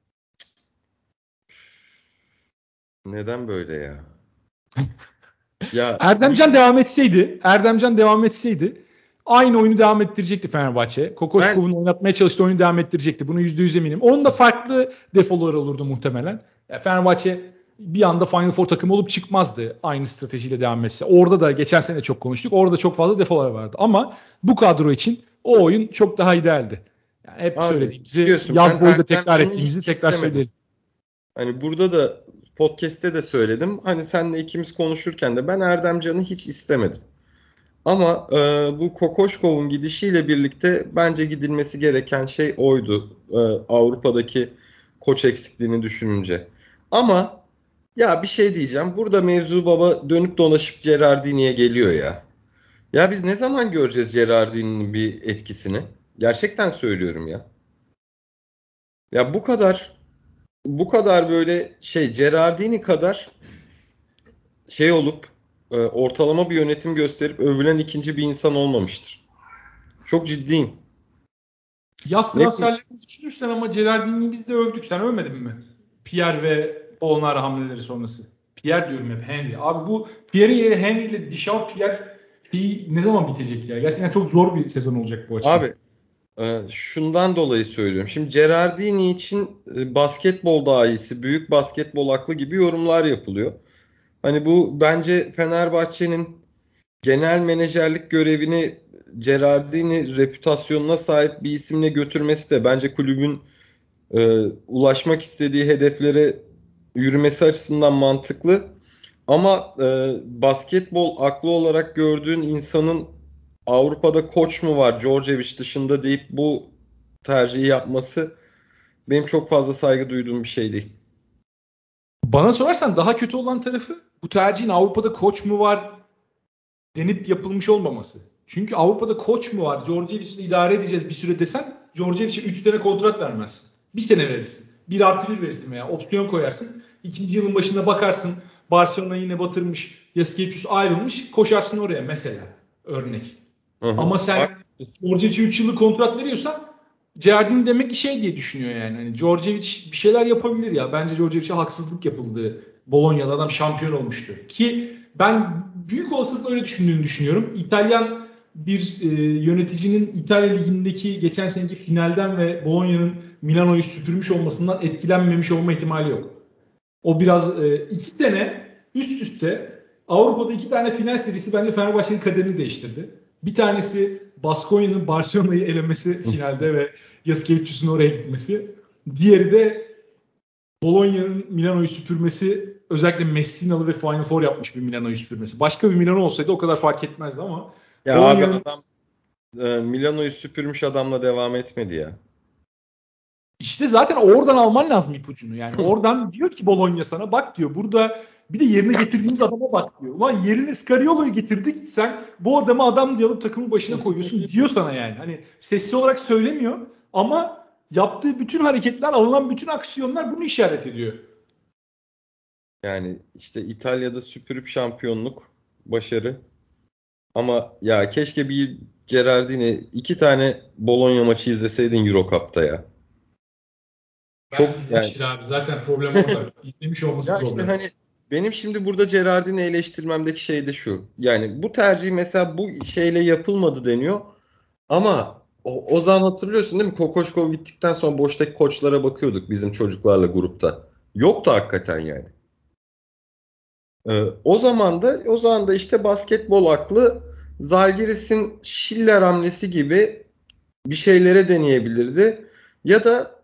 Neden böyle ya? Ya Erdemcan devam etseydi, Erdemcan devam etseydi aynı oyunu devam ettirecekti Fenerbahçe. ben Kokoşkov'un oynatmaya çalıştığı oyunu devam ettirecekti. Bunu yüzde yüz eminim. Onun da farklı defoları olurdu muhtemelen. Ya Fenerbahçe bir anda Final Four takımı olup çıkmazdı aynı stratejiyle devam etse. Orada da geçen sene çok konuştuk. Orada çok fazla defolar vardı. Ama bu kadro için o oyun çok daha idealdi. Yani hep abi söylediğimizi, biliyorsun, ben yaz boyu da tekrar Erdemcan'ı ettiğimizi hiç tekrar istemedim. söyleyelim. Hani burada da podcast'te de söyledim. Hani senle ikimiz konuşurken de ben Erdemcan'ı hiç istemedim. Ama e, bu Kokoşkov'un gidişiyle birlikte bence gidilmesi gereken şey oydu. E, Avrupa'daki koç eksikliğini düşününce. Ama ya bir şey diyeceğim. Burada mevzu baba dönüp dolaşıp Gerardini'ye geliyor ya. Ya biz ne zaman göreceğiz Gerardini'nin bir etkisini? Gerçekten söylüyorum ya. Ya bu kadar bu kadar böyle şey, Gerardini kadar şey olup e, ortalama bir yönetim gösterip övülen ikinci bir insan olmamıştır. Çok ciddiyim. Yaz Ne bileyim transferlerini düşünürsen ama Gerardini'yi biz de övdük. Sen övmedin mi? Pierre ve Polonara hamleleri sonrası. Pierre diyorum hep, Henry. Abi bu Pierre'in yeri Henry ile Dishart Pierre şeyi ne zaman bitecek ya? Gerçekten çok zor bir sezon olacak bu açıdan. abi, e, şundan dolayı söylüyorum. Şimdi Gerardini için e, basketbol dahisi, büyük basketbol aklı gibi yorumlar yapılıyor. Hani bu bence Fenerbahçe'nin genel menajerlik görevini Gerardini reputasyonuna sahip bir isimle götürmesi de bence kulübün e, ulaşmak istediği hedeflere yürümesi açısından mantıklı. Ama e, basketbol aklı olarak gördüğün insanın Avrupa'da koç mu var Djordjevic dışında deyip bu tercihi yapması benim çok fazla saygı duyduğum bir şey değil. Bana sorarsan daha kötü olan tarafı bu tercihin Avrupa'da koç mu var denip yapılmış olmaması. Çünkü Avrupa'da koç mu var, Djordjevic'le idare edeceğiz bir süre desen Djordjevic'e üç sene kontrat vermezsin. Bir sene verirsin. Bir artı bir verirsin veya opsiyon koyarsın. İkinci yılın başında bakarsın Barcelona yine batırmış, Jasikevičius ayrılmış, koşarsın oraya mesela örnek. Hı hı. Ama sen Djordjevic'e üç yıllık kontrat veriyorsan Gerardin demek ki şey diye düşünüyor yani. Hani Djordjevic bir şeyler yapabilir ya. Bence Djordjevic'e haksızlık yapıldı. Bolonya'da adam şampiyon olmuştu. Ki ben büyük olasılıkla öyle düşündüğünü düşünüyorum. İtalyan bir e, yöneticinin İtalya Ligi'ndeki geçen seneki finalden ve Bolonya'nın Milano'yu süpürmüş olmasından etkilenmemiş olma ihtimali yok. O biraz e, iki sene üst üste Avrupa'da iki tane final serisi bence Fenerbahçe'nin kaderini değiştirdi. Bir tanesi Baskonya'nın Barcelona'yı elemesi finalde ve Jasikevičius'un oraya gitmesi. Diğeri de Bolonya'nın Milano'yu süpürmesi, özellikle Messinalı ve Final Four yapmış bir Milano'yu süpürmesi. Başka bir Milano olsaydı o kadar fark etmezdi ama Ya abi Bolonya'nın adam e, Milano'yu süpürmüş adamla devam etmedi ya. İşte zaten oradan alman lazım ipucunu. Yani oradan diyor ki Bologna sana bak diyor. Burada bir de yerine getirdiğimiz adama bak diyor. Ulan yerine Scariolo'yu getirdik. Sen bu adamı adam diye alıp takımın başına koyuyorsun diyor sana yani. Hani sesli olarak söylemiyor ama yaptığı bütün hareketler, alınan bütün aksiyonlar bunu işaret ediyor. Yani işte İtalya'da süpürüp şampiyonluk başarı. Ama ya keşke bir Gerardini iki tane Bologna maçı izleseydin Euro Cup'ta ya. Çok Belki yani izlemiştir abi. Zaten problem orada. İzlemiş olması ya işte problem. hani benim şimdi burada Gerardini eleştirmemdeki şey de şu. Yani bu tercih mesela bu şeyle yapılmadı deniyor. Ama o, o zaman hatırlıyorsun değil mi? Kokoşkov gittikten sonra boştaki koçlara bakıyorduk bizim çocuklarla grupta. Yoktu hakikaten yani. Ee, o zaman da o zaman da işte basketbol aklı Zalgiris'in Schiller hamlesi gibi bir şeylere deneyebilirdi. Ya da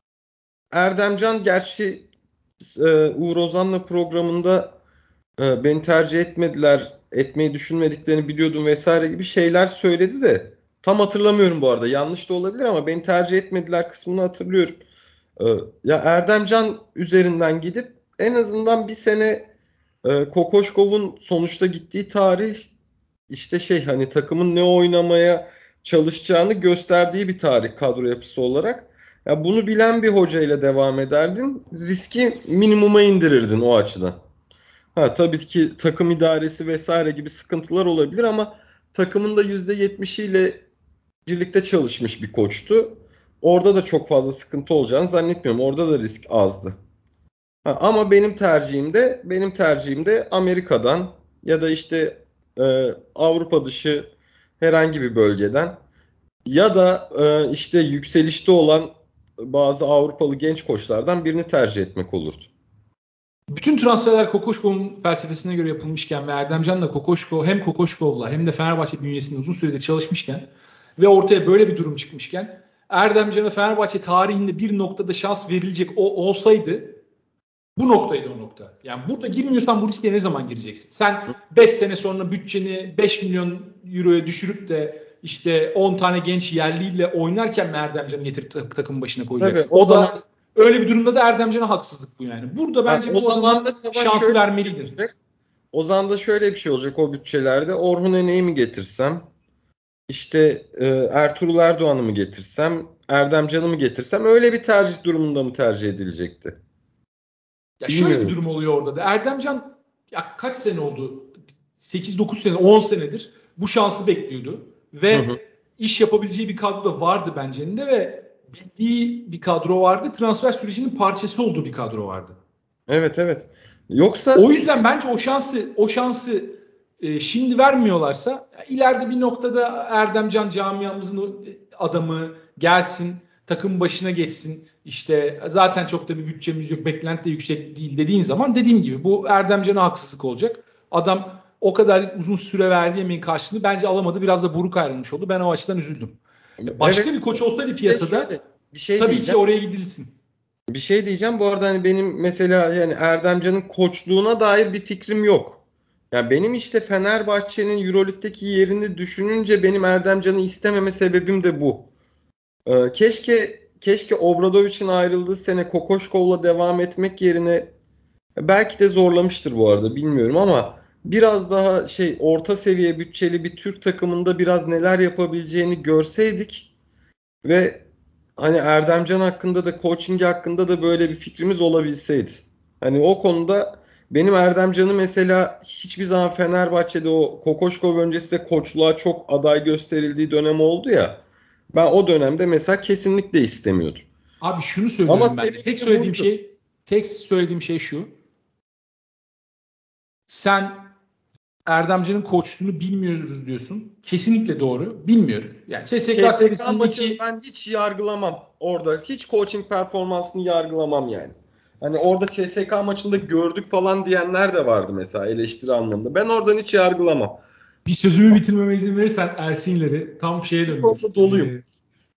Erdemcan gerçi e, Uğur Ozan'la programında e, beni tercih etmediler, etmeyi düşünmediklerini biliyordum vesaire gibi şeyler söyledi de tam hatırlamıyorum bu arada. Yanlış da olabilir ama beni tercih etmediler kısmını hatırlıyorum. E, ya Erdemcan üzerinden gidip en azından bir sene e, Kokoşkov'un sonuçta gittiği tarih işte şey hani takımın ne oynamaya çalışacağını gösterdiği bir tarih kadro yapısı olarak. Ya bunu bilen bir hocayla devam ederdin. Riski minimuma indirirdin o açıdan. Ha, tabii ki takım idaresi vesaire gibi sıkıntılar olabilir ama takımın da yüzde yetmişiyle birlikte çalışmış bir koçtu. Orada da çok fazla sıkıntı olacağını zannetmiyorum. Orada da risk azdı. Ha, ama benim tercihimde benim tercihimde Amerika'dan ya da işte e, Avrupa dışı herhangi bir bölgeden ya da e, işte yükselişte olan bazı Avrupalı genç koçlardan birini tercih etmek olurdu. Bütün transferler Kokoşkov'un felsefesine göre yapılmışken ve Erdemcan da Kokoşkov hem Kokoşkov'la hem de Fenerbahçe bünyesinde uzun süredir çalışmışken ve ortaya böyle bir durum çıkmışken Erdemcan'a Fenerbahçe tarihinde bir noktada şans verilecek o olsaydı bu noktaydı o nokta. Yani burada girmiyorsan bu riske ne zaman gireceksin? Sen beş sene sonra bütçeni beş milyon euroya düşürüp de işte on tane genç yerliyle oynarken mi Erdemcan'ı getirip takımın başına Tabii koyacaksın? o O zaman da öyle bir durumda da Erdemcan'a haksızlık bu yani. Burada ha, bence o bu zaman adama da savaş şansı şöyle bir şey vermeliydin. olacak. O zaman da şöyle bir şey olacak o bütçelerde. Orhun Ene'yi mi getirsem? İşte e, Ertuğrul Erdoğan'ı mı getirsem? Erdem Can'ı mı getirsem? Öyle bir tercih durumunda mı tercih edilecekti? Ya şöyle bir Bilmiyorum. durum oluyor orada da. Erdemcan ya kaç sene oldu? sekiz dokuz sene, on senedir bu şansı bekliyordu. Hı Ve hı. iş yapabileceği bir kadro da vardı bence elinde ve bildiği bir kadro vardı. Transfer sürecinin parçası olduğu bir kadro vardı. Evet evet. Yoksa O yüzden bence o şansı o şansı e, şimdi vermiyorlarsa ileride bir noktada Erdemcan camiamızın adamı gelsin, takım başına geçsin. İşte zaten çok da bir bütçemiz yok, beklenti de yüksek değil dediğin zaman dediğim gibi bu Erdemcan'a haksızlık olacak. Adam o kadar uzun süre verdiği emeğin karşılığını bence alamadı. Biraz da buruk ayrılmış oldu. Ben o açıdan üzüldüm. Başka bir evet koç olsaydı bir de piyasada şöyle bir şey tabii ki diyeceğim. oraya gidilsin. Bir şey diyeceğim. Bu arada hani benim mesela yani Erdemcan'ın koçluğuna dair bir fikrim yok. Ya benim işte Fenerbahçe'nin EuroLeague'deki yerini düşününce benim Erdemcan'ı istememe sebebim de bu. Ee, keşke keşke Obradovic'in ayrıldığı sene Kokoşkov'la devam etmek yerine belki de zorlamıştır bu arada bilmiyorum ama biraz daha şey orta seviye bütçeli bir Türk takımında biraz neler yapabileceğini görseydik ve hani Erdemcan hakkında da coaching hakkında da böyle bir fikrimiz olabilseydi. Hani o konuda benim Erdemcan'ı mesela hiçbir zaman Fenerbahçe'de o Kokoşkov öncesi de koçluğa çok aday gösterildiği dönem oldu ya. Ben o dönemde mesela kesinlikle istemiyordum. Abi şunu Ama söylüyorum ben de. sebebi Tek de söylediğim buydu. şey tek söylediğim şey şu. Sen Erdemcan'ın koçluğunu bilmiyoruz diyorsun. Kesinlikle doğru. Bilmiyorum. Yani C S K C S K maçını serisindeki ben hiç yargılamam orada. Hiç coaching performansını yargılamam yani. Hani orada C S K maçında gördük falan diyenler de vardı mesela eleştiri anlamında. Ben oradan hiç yargılamam. bir sözümü bitirmeme izin verirsen Ersin'leri tam şeye Bu döndük. konuda doluyum. Ee,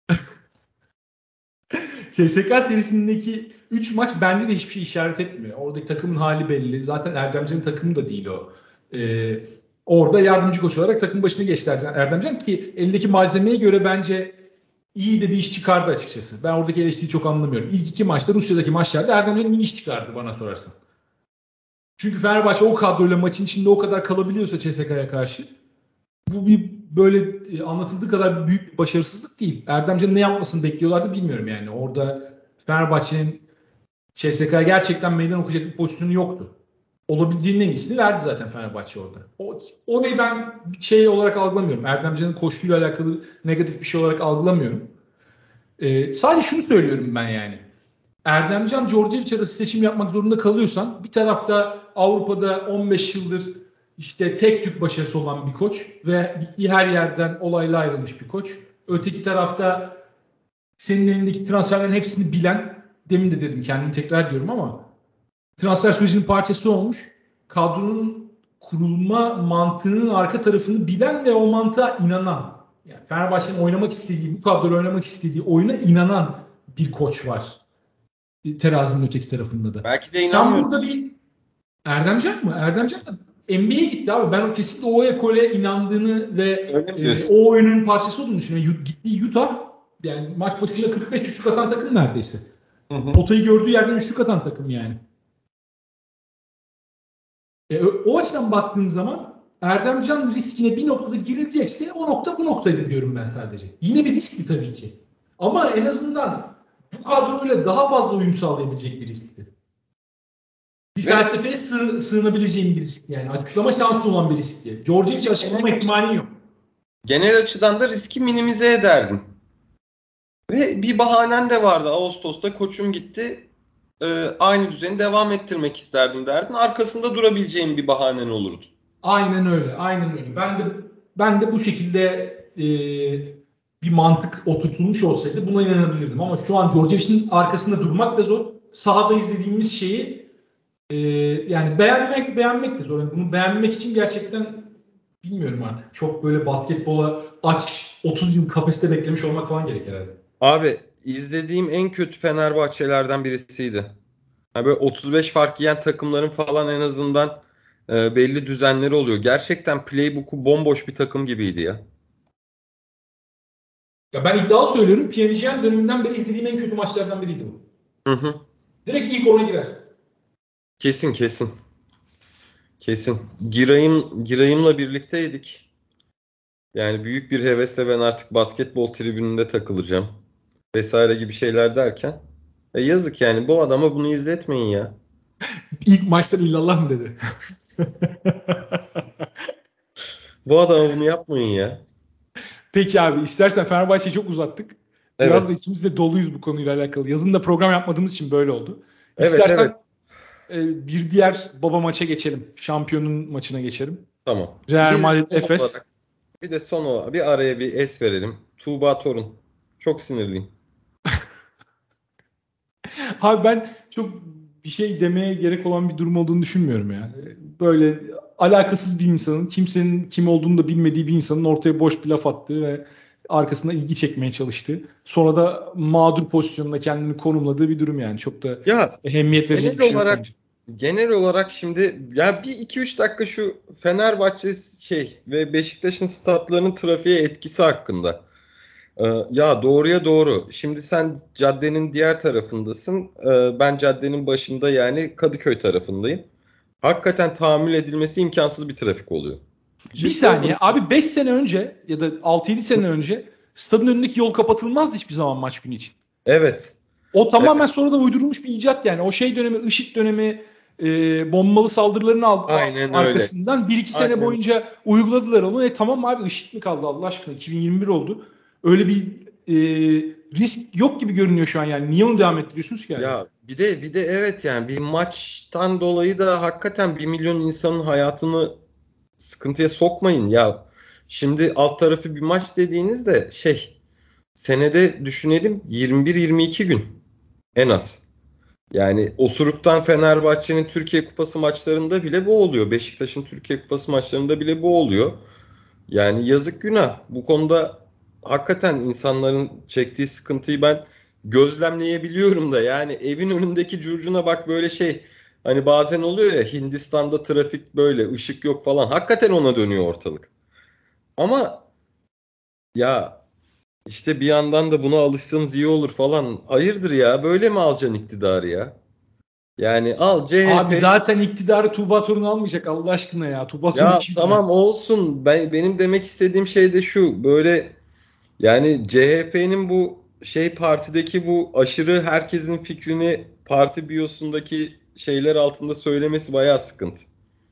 C S K serisindeki üç maç bence de hiçbir şey işaret etmiyor. Oradaki takımın hali belli. Zaten Erdemcan'ın takımı da değil o. Ee, orada yardımcı koç olarak takım başına geçti Erdemcan ki elindeki malzemeye göre bence iyi de bir iş çıkardı açıkçası. Ben oradaki eleştiriyi çok anlamıyorum. İlk iki maçta Rusya'daki maçlarda Erdemcan iyi iş çıkardı bana sorarsan. Çünkü Fenerbahçe o kadroyla maçın içinde o kadar kalabiliyorsa C S K'ya karşı bu bir böyle e, anlatıldığı kadar büyük bir başarısızlık değil. Erdemcan'ın ne yapmasını bekliyorlardı bilmiyorum yani. Orada Fenerbahçe'nin C S K'ya gerçekten meydan okuyacak bir pozisyonu yoktu. Olabildiğinin en iyisini verdi zaten Fenerbahçe orada. O, orayı ben şey olarak algılamıyorum. Erdemcan'ın koşuyla alakalı negatif bir şey olarak algılamıyorum. Ee, sadece şunu söylüyorum ben yani. Erdemcan Djordjevic arası seçim yapmak zorunda kalıyorsan bir tarafta Avrupa'da on beş yıldır işte tek tük başarısı olan bir koç ve gittiği her yerden olayla ayrılmış bir koç. Öteki tarafta senin elindeki transferlerin hepsini bilen, demin de dedim kendimi tekrar diyorum ama transfer sürecinin parçası olmuş. Kadronun kurulma mantığının arka tarafını bilen ve o mantığa inanan. Yani Fenerbahçe'nin oynamak istediği, bu kadroyla oynamak istediği oyuna inanan bir koç var. Terazinin öteki tarafında da. Belki de Sen burada inanmıyoruz. bir Erdemcan mı? Erdemcan da N B A'ye gitti abi. Ben o kesinlikle o ekole inandığını ve Öyle mi e, diyorsun? o oyunun parçası olduğunu düşünüyorum. Gittiği Utah yani maç başına kırk beş üçlük atan takım neredeyse. Hı hı. Potayı gördüğü yerden üçlük atan takım yani. E, o açıdan baktığın zaman Erdemcan riskine bir noktada girilecekse o nokta bu noktaydı diyorum ben sadece. Yine bir riskti tabii ki. Ama en azından bu kadroyla daha fazla uyum sağlayabilecek bir riskti. Bir Ve felsefeye sığ, sığınabileceğin bir risk yani. Açıklama şansı olan bir risk diye. Djordjevic açıklama ihtimalin yok. genel açıdan da riski minimize ederdin. Ve bir bahanen de vardı. Ağustos'ta koçum gitti. Ee, aynı düzeni devam ettirmek isterdim derdin. Arkasında durabileceğin bir bahanen olurdu. Aynen öyle. Aynen öyle. Ben de ben de bu şekilde e, bir mantık oturtulmuş olsaydı buna inanabilirdim. Ama şu an Djordjevic'in arkasında durmak da zor. Sahada izlediğimiz şeyi e, yani beğenmek beğenmek de zor. Yani bunu beğenmek için gerçekten bilmiyorum artık. Çok böyle basketbola aç otuz yıl kapasite beklemiş olmak falan gerek herhalde. Abi izlediğim en kötü Fenerbahçelerden birisiydi. Ha böyle otuz beş fark yiyen takımların falan en azından e, belli düzenleri oluyor. Gerçekten playbook'u bomboş bir takım gibiydi ya. Ya ben iddialı söylüyorum. P S G'nin döneminden beri izlediğim en kötü maçlardan biriydi bu. Hı hı. Direkt ilk ona girer. Kesin kesin. Kesin. Girayım, Girayım'la birlikteydik. Yani büyük bir hevesle ben artık basketbol tribününde takılacağım. Vesaire gibi şeyler derken. E yazık yani bu adama bunu izletmeyin ya. İlk maçtan illallah mı dedi? Bu adama bunu yapmayın ya. Peki abi istersen Fenerbahçe'yi çok uzattık. Biraz da Evet. ikimiz de doluyuz bu konuyla alakalı. Yazın da program yapmadığımız için böyle oldu. Evet evet. İstersen e, bir diğer baba maça geçelim. Şampiyonun maçına geçelim. Tamam. Real Bir de Madrid son Efes. olarak bir de son olarak bir araya bir es verelim. Tuğba Torun. Çok sinirliyim. Abi ben çok bir şey demeye gerek olan bir durum olduğunu düşünmüyorum yani. Böyle alakasız bir insanın, kimsenin kim olduğunu da bilmediği bir insanın ortaya boş bir laf attığı ve arkasında ilgi çekmeye çalıştı. Sonra da mağdur pozisyonunda kendini konumladığı bir durum yani. Çok da Ya ehemmiyet verecek genel bir şey yok olarak bence. genel olarak şimdi ya bir iki üç dakika şu Fenerbahçe şey ve Beşiktaş'ın statlarının trafiğe etkisi hakkında. Ee, ya doğruya doğru. Şimdi sen caddenin diğer tarafındasın. Ee, ben caddenin başında yani Kadıköy tarafındayım. Hakikaten tahammül edilmesi imkansız bir trafik oluyor. Bir Ciddi saniye. anlamda. Abi beş sene önce ya da altı yedi sene önce stadın önündeki yol kapatılmazdı hiçbir zaman maç günü için. Evet. O tamamen Evet. sonra da uydurulmuş bir icat yani. O şey dönemi, IŞİD dönemi, e, bombalı saldırıların al- Aynen öyle. arkasından bir iki sene Aynen. boyunca uyguladılar onu. E tamam abi, IŞİD mi kaldı Allah aşkına? iki bin yirmi bir oldu. Öyle bir e, risk yok gibi görünüyor şu an yani. Niye onu devam ettiriyorsunuz ki hala? Ya bir de bir de evet yani bir maçtan dolayı da hakikaten bir milyon insanın hayatını sıkıntıya sokmayın ya. Şimdi alt tarafı bir maç dediğinizde şey senede düşünelim yirmi bir yirmi iki gün en az. Yani osuruktan Fenerbahçe'nin Türkiye Kupası maçlarında bile bu oluyor. Beşiktaş'ın Türkiye Kupası maçlarında bile bu oluyor. Yani yazık günah. Bu konuda hakikaten insanların çektiği sıkıntıyı ben gözlemleyebiliyorum da. Yani evin önündeki curcuna bak böyle şey. Hani bazen oluyor ya Hindistan'da trafik böyle ışık yok falan. Hakikaten ona dönüyor ortalık. Ama ya işte bir yandan da buna alışsanız iyi olur falan. Hayırdır ya böyle mi alacaksın iktidarı ya? Yani al Abi C H P. zaten iktidarı Tuğba Torun almayacak Allah aşkına ya. Tuğba Torun Ya kim ya? tamam olsun. Ben benim demek istediğim şey de şu. Böyle yani C H P'nin bu şey partideki bu aşırı herkesin fikrini parti biyosundaki şeyler altında söylemesi bayağı sıkıntı.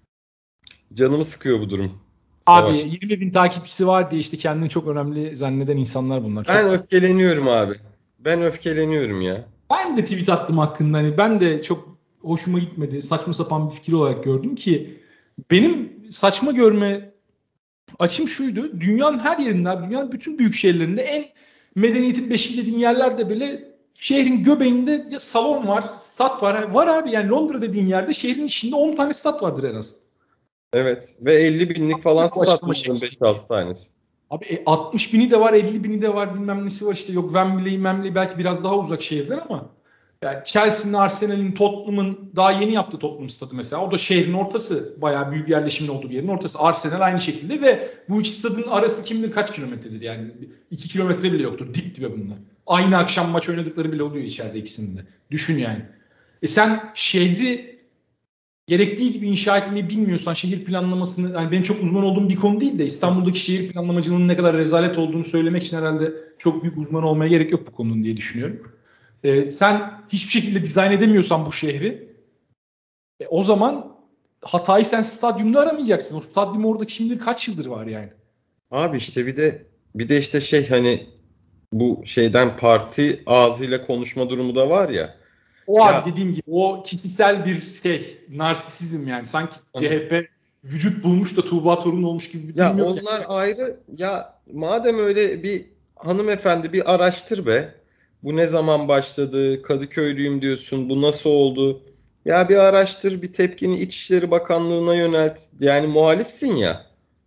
Canımı sıkıyor bu durum. Abi Savaş. yirmi bin takipçisi var diye işte kendini çok önemli zanneden insanlar bunlar. Ben Çok öfkeleniyorum abi. Ben öfkeleniyorum ya. Ben de tweet attım hakkında. Hani ben de çok hoşuma gitmedi. Saçma sapan bir fikir olarak gördüm ki benim saçma görme açım şuydu. Dünyanın her yerinde, dünyanın bütün büyük şehirlerinde en medeniyetin beşiği dediğin yerlerde bile şehrin göbeğinde ya salon var, stat var. Var abi yani Londra dediğin yerde şehrin içinde on tane stat vardır en az. Evet. Ve elli binlik falan Bu stat açıklama bunların şekli. beş altı tanesi. Abi e, altmış bini de var, elli bini de var, bilmem nesi var işte. Yok Wembley, Wembley belki biraz daha uzak şehirler ama yani Chelsea'nin, Arsenal'in, Tottenham'ın daha yeni yaptığı Tottenham stadı mesela. O da şehrin ortası. Bayağı büyük yerleşimin olduğu bir yerin ortası. Arsenal aynı şekilde ve bu iki stadın arası kim bilir kaç kilometredir yani. iki kilometre bile yoktur. Dip dibe bunlar. Aynı akşam maç oynadıkları bile oluyor içeride ikisinin de. Düşün yani. E sen şehri gerektiği gibi inşa etmeyi bilmiyorsan şehir planlamasını, yani benim çok uzman olduğum bir konu değil de İstanbul'daki şehir planlamacılığının ne kadar rezalet olduğunu söylemek için herhalde çok büyük uzman olmaya gerek yok bu konunun diye düşünüyorum. Ee, sen hiçbir şekilde dizayn edemiyorsan bu şehri, e, o zaman hatayı sen stadyumda aramayacaksın. O stadyum orada kim bilir kaç yıldır var yani. Abi işte bir de bir de işte şey hani bu şeyden parti ağzıyla konuşma durumu da var ya. O abi Ya dediğim gibi o kişisel bir şey, narsisizm yani. Sanki C H P vücut bulmuş da Tuğba Torun olmuş gibi bir Ya durum yok yani. onlar ayrı. Ya madem öyle bir hanımefendi bir araştır be. Bu ne zaman başladı? Kadıköylüyüm diyorsun. Bu nasıl oldu? Ya bir araştır, bir tepkini İçişleri Bakanlığı'na yönelt. Yani muhalifsin ya.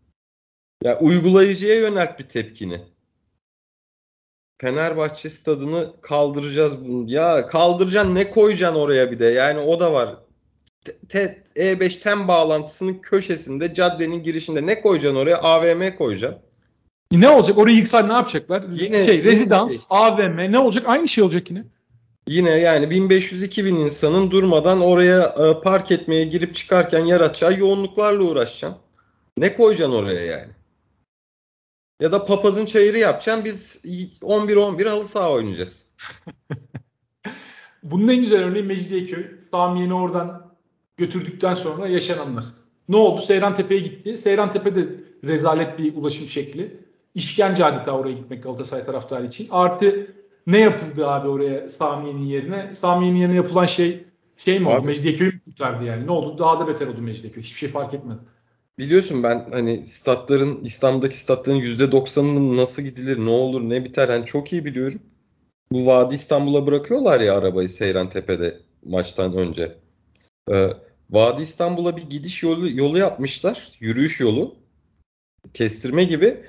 Ya uygulayıcıya yönelt bir tepkini. Fenerbahçe stadını kaldıracağız bunu. Ya kaldıracaksın ne koyacaksın oraya bir de? Yani o da var. T- E beş tem bağlantısının köşesinde, caddenin girişinde ne koyacaksın oraya? A V M koyacaksın. E ne olacak? Orayı yıksan ne yapacaklar? Yine Şey, yine şey. rezidans, A V M ne olacak? Aynı şey olacak yine. Yine yani bin beş yüz iki bin insanın durmadan oraya e, park etmeye girip çıkarken yaratacağı yoğunluklarla uğraşacaksın. Ne koyacaksın oraya yani? Ya da papazın çayırı yapacaksın. Biz on bir on bir halı saha oynayacağız. Bunun en güzel örneği Mecidiyeköy. Samiye'ni oradan götürdükten sonra yaşananlar. Ne oldu? Seyrantepe'ye gitti. Seyrantepe de rezalet bir ulaşım şekli. İşkence adeta oraya gitmek Galatasaray taraftarı için. Artı ne yapıldı abi oraya Samiye'nin yerine? Samiye'nin yerine yapılan şey şey mi oldu? Abi Mecidiyeköy'ü mü kurtardı yani? Ne oldu? Daha da beter oldu Mecidiyeköy. Hiçbir şey fark etmedi. biliyorsun ben hani statların İstanbul'daki statların yüzde doksanının nasıl gidilir, ne olur, ne biter hani çok iyi biliyorum. Bu Vadi İstanbul'a bırakıyorlar ya arabayı Seyrantepe'de maçtan önce. Ee, Vadi İstanbul'a bir gidiş yolu, yolu yapmışlar. Yürüyüş yolu. Kestirme gibi.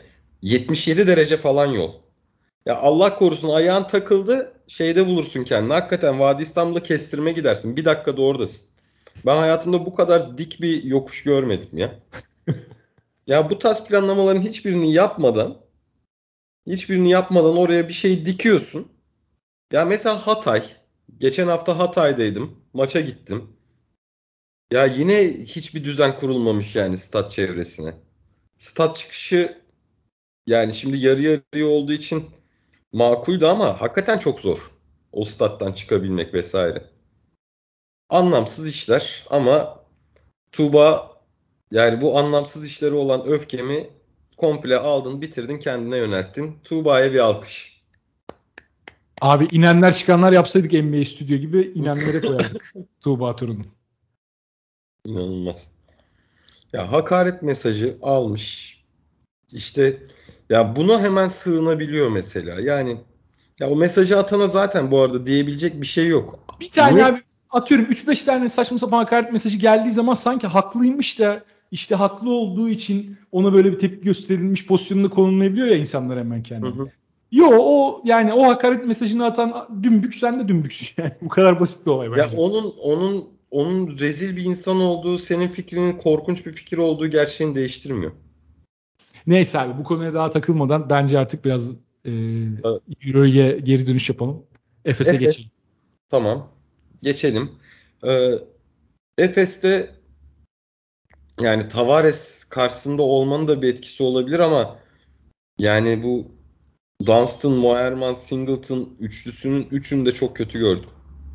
yetmiş yedi derece falan yol. Ya Allah korusun ayağın takıldı, şeyde bulursun kendini. Hakikaten Vadi İstanbul'a kestirme gidersin. Bir dakikada oradasın. Ben hayatımda bu kadar dik bir yokuş görmedim ya. Ya bu tarz planlamaların hiçbirini yapmadan, hiçbirini yapmadan oraya bir şey dikiyorsun. Ya mesela Hatay. Geçen hafta Hatay'daydım. Maça gittim. Ya yine hiçbir düzen kurulmamış yani stat çevresine. Stat çıkışı yani şimdi yarı yarıya olduğu için makuldü ama hakikaten çok zor. O stat'tan çıkabilmek vesaire. Anlamsız işler ama Tuğba yani bu anlamsız işleri olan öfkemi komple aldın, bitirdin, kendine yönelttin. Tuğba'ya bir alkış. Abi inenler çıkanlar yapsaydık N B A stüdyo gibi inenlere koyardık Tuğba Turun'u. İnanılmaz. Ya hakaret mesajı almış. İşte ya buna hemen sığınabiliyor mesela. Yani ya o mesajı atana zaten bu arada diyebilecek bir şey yok. Bir tane Niye? abi atıyorum üç beş tane saçma sapan hakaret mesajı geldiği zaman sanki haklıymış da işte haklı olduğu için ona böyle bir tepki gösterilmiş pozisyonunda konumlayabiliyor ya insanlar hemen Hı kendini. hı. Yo o yani o hakaret mesajını atan dümbük sen de dümbüksün yani. Bu kadar basit bir olay Ya bence. onun onun onun rezil bir insan olduğu, senin fikrinin korkunç bir fikir olduğu gerçeğini değiştirmiyor. Neyse abi bu konuya daha takılmadan bence artık biraz e, Evet. Euro'ya geri dönüş yapalım. Efes'e geçelim. Efes. Tamam. Geçelim. Ee, Efes'te yani Tavares karşısında olmanın da bir etkisi olabilir ama yani bu Dunstan, Moerman, Singleton üçlüsünün üçünü de çok kötü gördüm.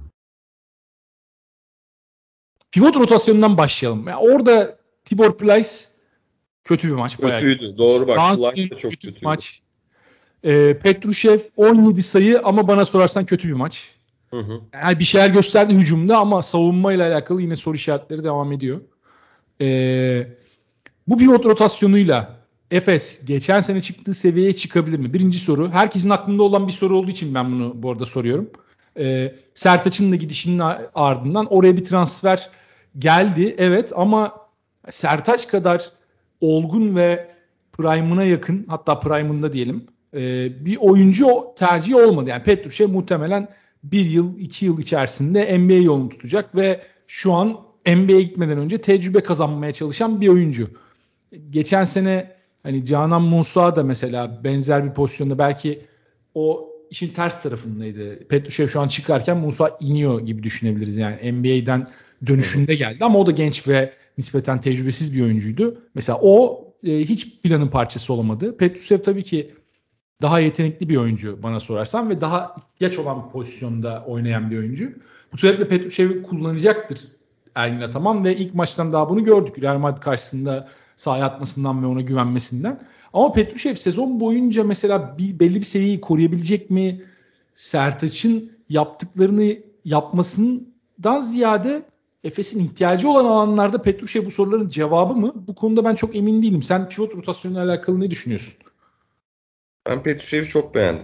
Pivot rotasyonundan başlayalım. Yani orada Tibor Plyce kötü bir maç. Bayağı kötü Kötüydü. bir maç. Doğru bak. Plyce Dunstan de çok kötü bir kötüydü. maç. E, Petrushev on yedi sayı ama bana sorarsan kötü bir maç. Hı hı. Yani bir şeyler gösterdi hücumda ama savunmayla alakalı yine soru işaretleri devam ediyor. E, bu pivot rotasyonuyla Efes geçen sene çıktığı seviyeye çıkabilir mi? Birinci soru. Herkesin aklında olan bir soru olduğu için ben bunu bu arada soruyorum. E, Sertaç'ın da gidişinin ardından oraya bir transfer geldi. Evet ama Sertaç kadar olgun ve prime'ına yakın hatta prime'ında diyelim e, bir oyuncu tercihi olmadı. Yani Petrushev muhtemelen bir yıl iki yıl içerisinde N B A yolunu tutacak ve şu an N B A'ye gitmeden önce tecrübe kazanmaya çalışan bir oyuncu. Geçen sene hani Canan Musa da mesela benzer bir pozisyonda belki o işin ters tarafındaydı. Petrushev şu an çıkarken Musa iniyor gibi düşünebiliriz. Yani N B A'den Hı hı. dönüşünde geldi ama o da genç ve nispeten tecrübesiz bir oyuncuydu. Mesela o e, hiç planın parçası olamadı. Petrushev tabii ki daha yetenekli bir oyuncu bana sorarsan ve daha geç olan bir pozisyonda oynayan bir oyuncu. Bu sebeple Petrushev'i kullanacaktır Ergin Ataman ve ilk maçtan daha bunu gördük. Real Madrid karşısında sahaya atmasından ve ona güvenmesinden. Ama Petrushev sezon boyunca mesela bir, belli bir seviyeyi koruyabilecek mi? Sertaç'ın yaptıklarını yapmasından ziyade Efes'in ihtiyacı olan alanlarda Petrushev bu soruların cevabı mı? Bu konuda ben çok emin değilim. Sen pivot rotasyonuyla alakalı ne düşünüyorsun? Ben Petrushev'i çok beğendim.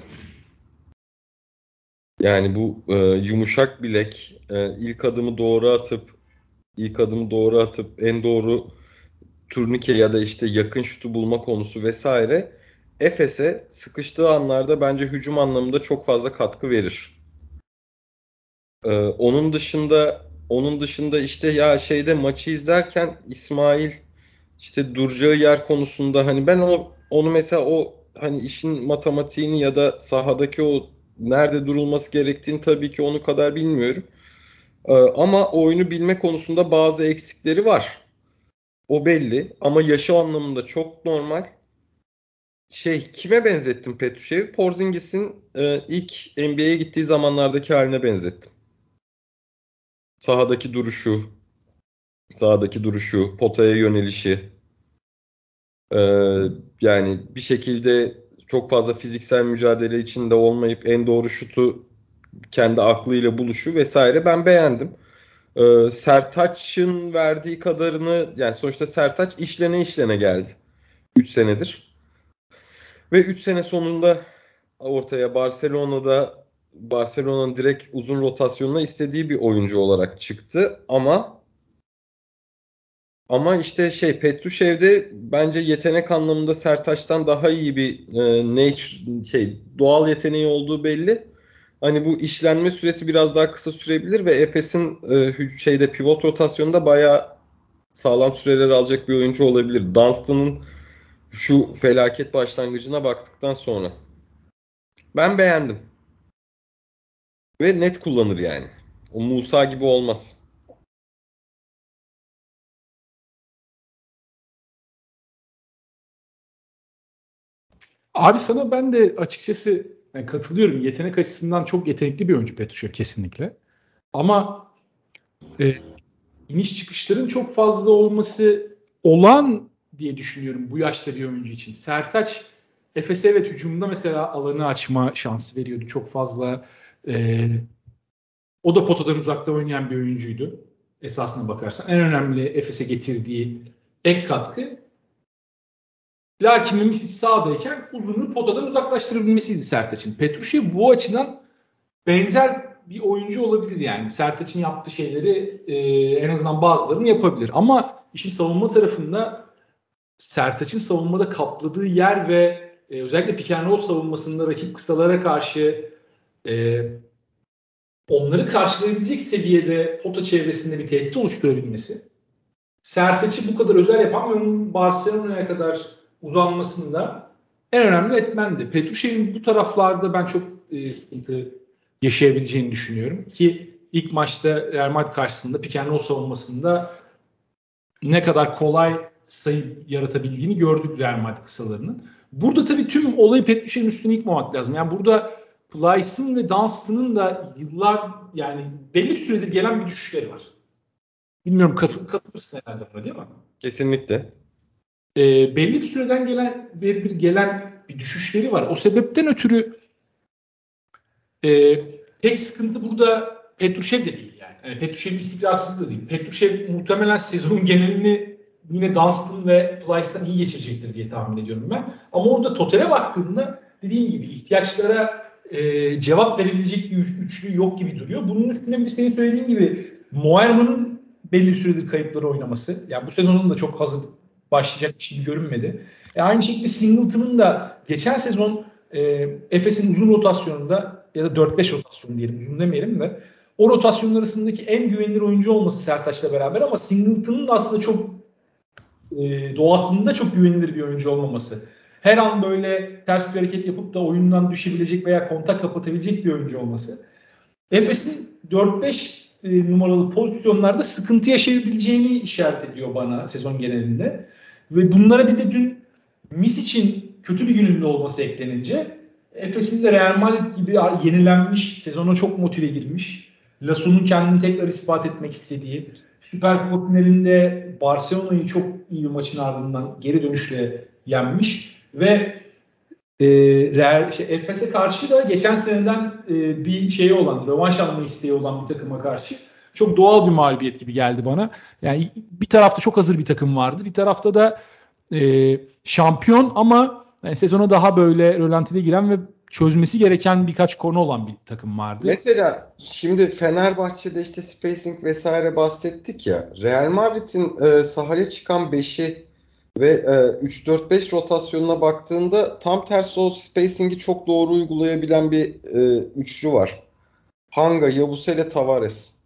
Yani bu e, yumuşak bilek, e, ilk adımı doğru atıp, ilk adımı doğru atıp en doğru turnike ya da işte yakın şutu bulma konusu vesaire Efes'e sıkıştığı anlarda bence hücum anlamında çok fazla katkı verir. Ee, onun dışında onun dışında işte ya şeyde maçı izlerken İsmail işte duracağı yer konusunda hani ben o onu mesela o hani işin matematiğini ya da sahadaki o nerede durulması gerektiğini tabii ki onu kadar bilmiyorum. Ee, ama oyunu bilme konusunda bazı eksikleri var. O belli ama yaşı anlamında çok normal. Şey kime benzettim Petrusev'i? Porzingis'in e, ilk N B A'ye gittiği zamanlardaki haline benzettim. Sahadaki duruşu, sahadaki duruşu, potaya yönelişi, e, yani bir şekilde çok fazla fiziksel mücadele içinde olmayıp en doğru şutu kendi aklıyla buluşu vesaire ben beğendim. E, Sertaç'ın verdiği kadarını yani sonuçta Sertaç işlene işlene geldi üç senedir. Ve üç sene sonunda ortaya Barcelona'da Barcelona'nın direkt uzun rotasyonuna istediği bir oyuncu olarak çıktı ama Ama işte şey Petruşev'de bence yetenek anlamında Sertaç'tan daha iyi bir e, nature, şey doğal yeteneği olduğu belli. Hani bu işlenme süresi biraz daha kısa sürebilir ve Efes'in e, hü- şeyde pivot rotasyonunda bayağı sağlam süreler alacak bir oyuncu olabilir. Dunstan'ın şu felaket başlangıcına baktıktan sonra. Ben beğendim. Ve net kullanır yani. O Musa gibi olmaz. Abi sana ben de açıkçası yani katılıyorum. Yetenek açısından çok yetenekli bir oyuncu Petrushev kesinlikle. Ama e, iniş çıkışların çok fazla olması olan diye düşünüyorum bu yaşta bir oyuncu için. Sertaç Efes'e evet hücumda mesela alanı açma şansı veriyordu çok fazla. E, O da potadan uzakta oynayan bir oyuncuydu. Esasına bakarsan. En önemli Efes'e getirdiği ek katkı Larkin ve Misic sağdayken uzunluğu potadan uzaklaştırabilmesiydi Sertaç'ın. Petrushev bu açıdan benzer bir oyuncu olabilir yani. Sertaç'ın yaptığı şeyleri e, en azından bazılarını yapabilir. Ama işin savunma tarafında Sertaç'ın savunmada kapladığı yer ve e, özellikle pick and roll savunmasında rakip kısalara karşı e, onları karşılayabilecek seviyede pota çevresinde bir tehdit oluşturabilmesi Sertaç'ı bu kadar özel yapan ve onun Barcelona'ya kadar uzanmasında en önemli etmendi. Petrushev'in bu taraflarda ben çok e, sıkıntı yaşayabileceğini düşünüyorum. Ki ilk maçta Real Madrid karşısında pick and roll savunmasında ne kadar kolay sayı yaratabildiğini gördük Real Madrid kısalarının. Burada tabii tüm olayı Petrushev'in üstüne yıkmamak lazım. Yani burada Plyce'ın ve Dunstan'ın da yıllar yani belli bir süredir gelen bir düşüşleri var. Bilmiyorum katıl, katılırsın herhalde buna değil mi? Kesinlikle. E, belli bir süreden gelen beridir gelen bir düşüşleri var. O sebepten ötürü e, tek sıkıntı burada Petrushev de değil yani. yani Petrushev'in istikrarsızlığı değil. Petrushev muhtemelen sezonun genelini yine Dunstan ve Plyce'dan iyi geçirecektir diye tahmin ediyorum ben. Ama orada totale baktığımda dediğim gibi ihtiyaçlara e, cevap verebilecek bir üçlü yok gibi duruyor. Bunun üstüne bir de senin söylediğin gibi Moerman'ın belli bir süredir kayıpları oynaması. Yani bu sezonun da çok hazır başlayacak bir şey görünmedi. E aynı şekilde Singleton'ın da geçen sezon e, Efes'in uzun rotasyonunda ya da dört beş rotasyon diyelim uzun demeyelim de o rotasyon arasındaki en güvenilir oyuncu olması Sertaç'la beraber ama Singleton'ın da aslında çok e, doğasında çok güvenilir bir oyuncu olmaması. Her an böyle ters bir hareket yapıp da oyundan düşebilecek veya kontak kapatabilecek bir oyuncu olması. Efes'in dört beş e, numaralı pozisyonlarda sıkıntı yaşayabileceğini işaret ediyor bana sezon genelinde. Ve bunlara bir de dün Misic'in kötü bir gününde olması eklenince Efes'in de Real Madrid gibi yenilenmiş, sezona çok motive girmiş. Lasso'nun kendini tekrar ispat etmek istediği, Süper Kupa finalinde Barcelona'yı çok iyi bir maçın ardından geri dönüşle yenmiş ve e, Real, şey, Efes'e karşı da geçen seneden e, bir şeyi olan, rövanş alma isteği olan bir takıma karşı çok doğal bir mağlubiyet gibi geldi bana. Yani bir tarafta çok hazır bir takım vardı. Bir tarafta da e, şampiyon ama yani sezona daha böyle rölantide giren ve çözmesi gereken birkaç konu olan bir takım vardı. Mesela şimdi Fenerbahçe'de işte spacing vesaire bahsettik ya. Real Madrid'in e, sahaya çıkan beşi ve e, üç dört beş rotasyonuna baktığında tam tersi o spacing'i çok doğru uygulayabilen bir e, üçlü var. Hanga, Yabusele, Tavares.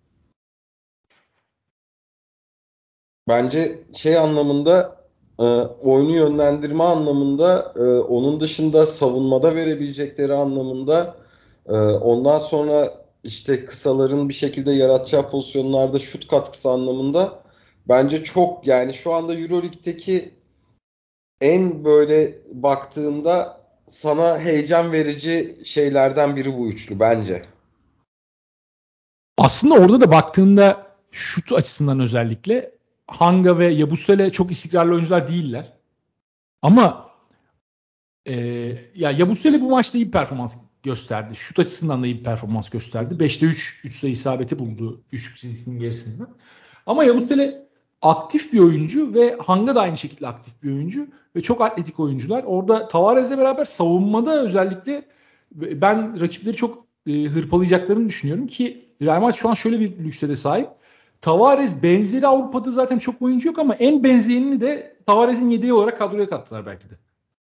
Bence şey anlamında e, oyunu yönlendirme anlamında e, onun dışında savunmada verebilecekleri anlamında e, ondan sonra işte kısaların bir şekilde yaratacağı pozisyonlarda şut katkısı anlamında bence çok yani şu anda Euroleague'deki en böyle baktığında sana heyecan verici şeylerden biri bu üçlü bence. Aslında orada da baktığında şut açısından özellikle Hanga ve Yabusele çok istikrarlı oyuncular değiller. Ama e, ya Yabusele bu maçta iyi bir performans gösterdi. Şut açısından da iyi bir performans gösterdi. beşte üç, üç sayı isabeti buldu üçlük çizgisinin gerisinden. Ama Yabusele aktif bir oyuncu ve Hanga da aynı şekilde aktif bir oyuncu ve çok atletik oyuncular. Orada Tavares'le beraber savunmada özellikle ben rakipleri çok e, hırpalayacaklarını düşünüyorum ki Real Madrid şu an şöyle bir lükse de sahip. Tavares benzeri Avrupa'da zaten çok oyuncu yok ama en benzerini de Tavares'in yedeği olarak kadroya kattılar belki de.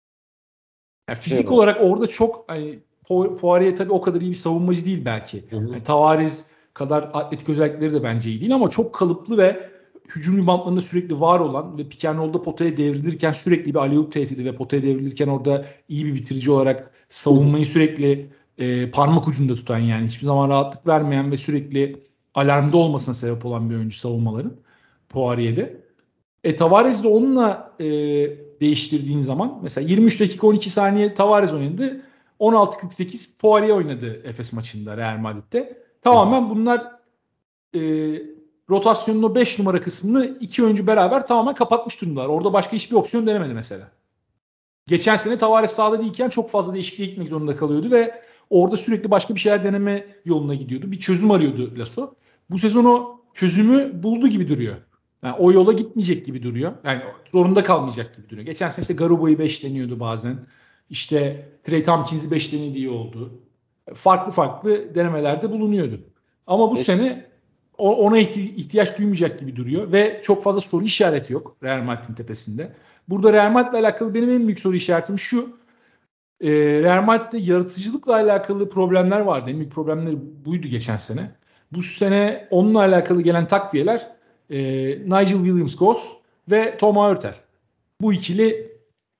Yani fizik Evet. olarak orada çok hani Poirier tabii o kadar iyi bir savunmacı değil belki. Yani Tavares kadar atletik özellikleri de bence iyi değil ama çok kalıplı ve hücum ribantlarında sürekli var olan ve pick and roll'da potaya devrilirken sürekli bir alley-oop tehdidi ve potaya devrilirken orada iyi bir bitirici olarak savunmayı sürekli e, parmak ucunda tutan, yani hiçbir zaman rahatlık vermeyen ve sürekli alarmda olmasına sebep olan bir oyuncu savunmaların Poirier'de. E Tavares de onunla e, değiştirdiğin zaman mesela yirmi üç dakika on iki saniye Tavares oynadı. on altı kırk sekiz Poirier oynadı Efes maçında Real Madrid'de. Tamamen bunlar e, rotasyonun o beş numara kısmını iki oyuncu beraber tamamen kapatmış durumdalar. Orada başka hiçbir opsiyon denemedi mesela. Geçen sene Tavares sahada değilken çok fazla değişikliğe gitmek zorunda kalıyordu ve orada sürekli başka bir şeyler deneme yoluna gidiyordu. Bir çözüm arıyordu Lasso. Bu sezon o çözümü buldu gibi duruyor. Yani o yola gitmeyecek gibi duruyor. Yani zorunda kalmayacak gibi duruyor. Geçen sene işte Garubo'yu beş deniyordu bazen. İşte Trey Tompkins'i beş denediği oldu. Farklı farklı denemelerde bulunuyordu. Ama bu İşte, sene ona ihtiyaç duymayacak gibi duruyor ve çok fazla soru işareti yok Real Madrid'in tepesinde. Burada Real Madrid'le alakalı benim en büyük soru işaretim şu. E, Real Madrid'de yaratıcılıkla alakalı problemler vardı. En büyük problemleri buydu geçen sene. Bu sene onunla alakalı gelen takviyeler e, Nigel Williams-Goss ve Thomas Hurtel. Bu ikili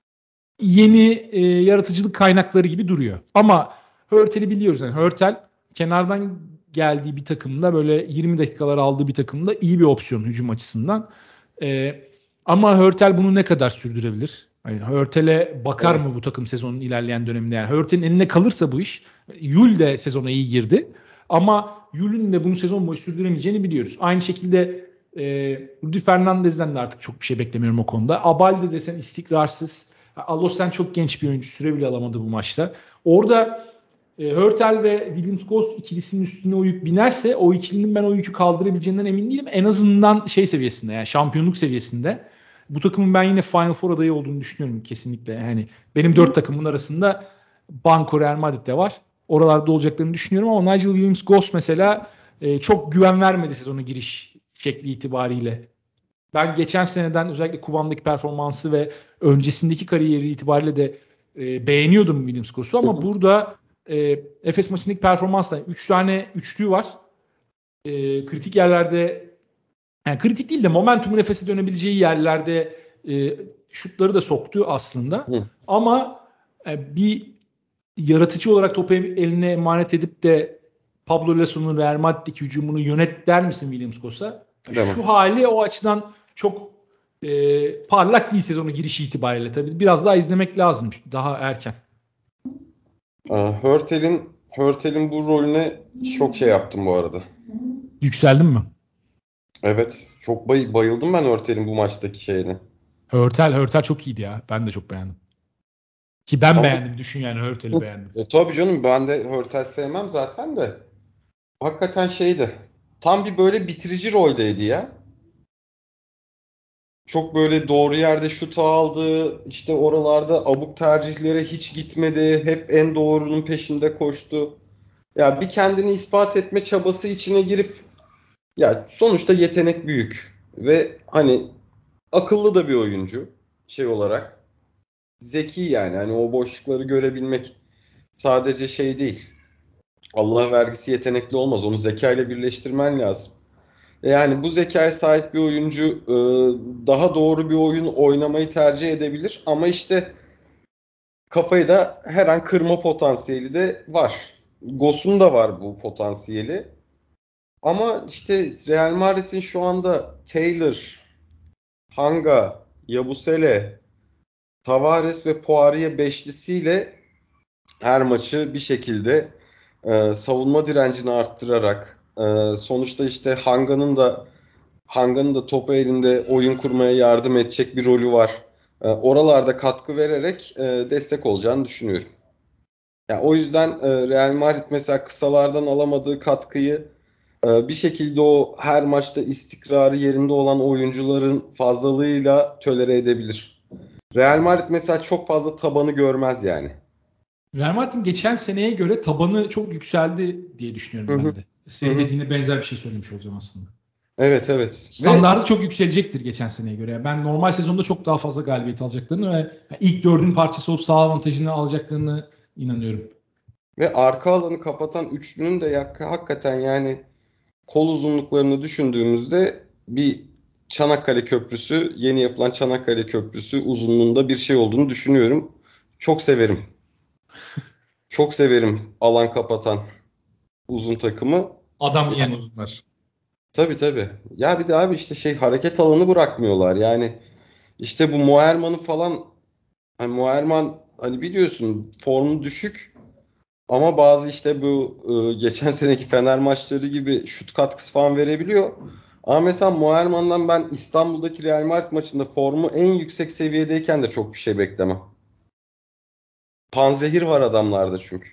yeni e, yaratıcılık kaynakları gibi duruyor. Ama Hurtel'i biliyoruz. Yani Hurtel kenardan geldiği bir takımda böyle yirmi dakikalar aldığı bir takımda iyi bir opsiyon hücum açısından. E, ama Hurtel bunu ne kadar sürdürebilir? Yani Hurtel'e bakar evet. mı bu takım sezonun ilerleyen döneminde? Yani Hurtel'in eline kalırsa bu iş. Yul de sezona iyi girdi. Ama Yul'ün de bunu sezon boyu sürdüremeyeceğini biliyoruz. Aynı şekilde e, Rudy Fernandez'den de artık çok bir şey beklemiyorum o konuda. Abalde desen istikrarsız. Alosen çok genç bir oyuncu. Süre bile alamadı bu maçta. Orada e, Hurtel ve Williams-Goss ikilisinin üstüne o yük binerse o ikilinin ben o yükü kaldırabileceğinden emin değilim. En azından şey seviyesinde, yani şampiyonluk seviyesinde. Bu takımın ben yine Final Four adayı olduğunu düşünüyorum kesinlikle. Yani benim dört takımın arasında Banco Real Madrid de var. Oralarda olacaklarını düşünüyorum ama Nigel Williams-Goss mesela e, çok güven vermedi sezona giriş şekli itibariyle. Ben geçen seneden özellikle Kuban'daki performansı ve öncesindeki kariyeri itibariyle de e, beğeniyordum Williams-Goss'u ama burada e, Efes maçındaki performansla üç tane üçlüğü var. E, kritik yerlerde, yani kritik değil de momentumun Efes'e dönebileceği yerlerde e, şutları da soktu aslında. Hı. Ama e, bir yaratıcı olarak topu eline emanet edip de Pablo Lasso'nun Real Madrid'deki hücumunu yönet der misin Williams-Goss'a? Demem. Şu hali o açıdan çok e, parlak değil sezonu girişi itibariyle. Tabii biraz daha izlemek lazım. Daha erken. Hurtel'in Hurtel'in bu rolüne çok şey yaptım bu arada. Yükseldin mi? Evet. Çok bay- bayıldım ben Hurtel'in bu maçtaki şeyine. Hurtel, Hurtel çok iyiydi ya. Ben de çok beğendim. Ki ben Ama beğendim. Düşün yani Hurtel'i beğendim. e, tabii canım ben de Hurtel sevmem zaten de. Hakikaten şeydi. Tam bir böyle bitirici roldeydi ya. Çok böyle doğru yerde şut aldı. İşte oralarda abuk tercihlere hiç gitmedi. Hep en doğrunun peşinde koştu. Ya bir kendini ispat etme çabası içine girip ya sonuçta yetenek büyük ve hani akıllı da bir oyuncu şey olarak. Zeki yani hani o boşlukları görebilmek sadece şey değil. Allah vergisi yetenekli olmaz. Onu zeka ile birleştirmen lazım. Yani bu zekaya sahip bir oyuncu e, daha doğru bir oyun oynamayı tercih edebilir. Ama işte kafayı da her an kırma potansiyeli de var. Gos'un da var bu potansiyeli. Ama işte Real Madrid'in şu anda Taylor, Hanga, Yabusele, Tavares ve Poirier beşlisiyle her maçı bir şekilde e, savunma direncini arttırarak e, sonuçta işte Hanga'nın da Hanga'nın da topu elinde oyun kurmaya yardım edecek bir rolü var. E, oralarda katkı vererek e, destek olacağını düşünüyorum. Yani o yüzden e, Real Madrid mesela kısalardan alamadığı katkıyı e, bir şekilde o her maçta istikrarı yerinde olan oyuncuların fazlalığıyla tolere edebilir. Real Madrid mesela çok fazla tabanı görmez yani. Real Madrid'in geçen seneye göre tabanı çok yükseldi diye Hı düşünüyorum hı. ben de. Hı Senin hı. dediğine benzer bir şey söylemiş olacağım aslında. Evet evet. Standardı ve çok yükselecektir geçen seneye göre. Ben normal sezonda çok daha fazla galibiyet alacaklarını ve ilk dördün parçası olup saha avantajını alacaklarını inanıyorum. Ve arka alanı kapatan üçlünün de ya, hakikaten yani kol uzunluklarını düşündüğümüzde bir Çanakkale Köprüsü, yeni yapılan Çanakkale Köprüsü uzunluğunda bir şey olduğunu düşünüyorum. Çok severim. Çok severim alan kapatan uzun takımı. Adam Ya, yiyen uzunlar. tabii tabii. Ya bir de abi işte şey hareket alanı bırakmıyorlar. Yani işte bu Moerman'ı falan hani Moerman hani biliyorsun formu düşük ama bazı işte bu e, geçen seneki Fener maçları gibi şut katkısı falan verebiliyor. Ama mesela Moerman'dan ben İstanbul'daki Real Madrid maçında formu en yüksek seviyedeyken de çok bir şey beklemem. Panzehir var adamlarda çünkü.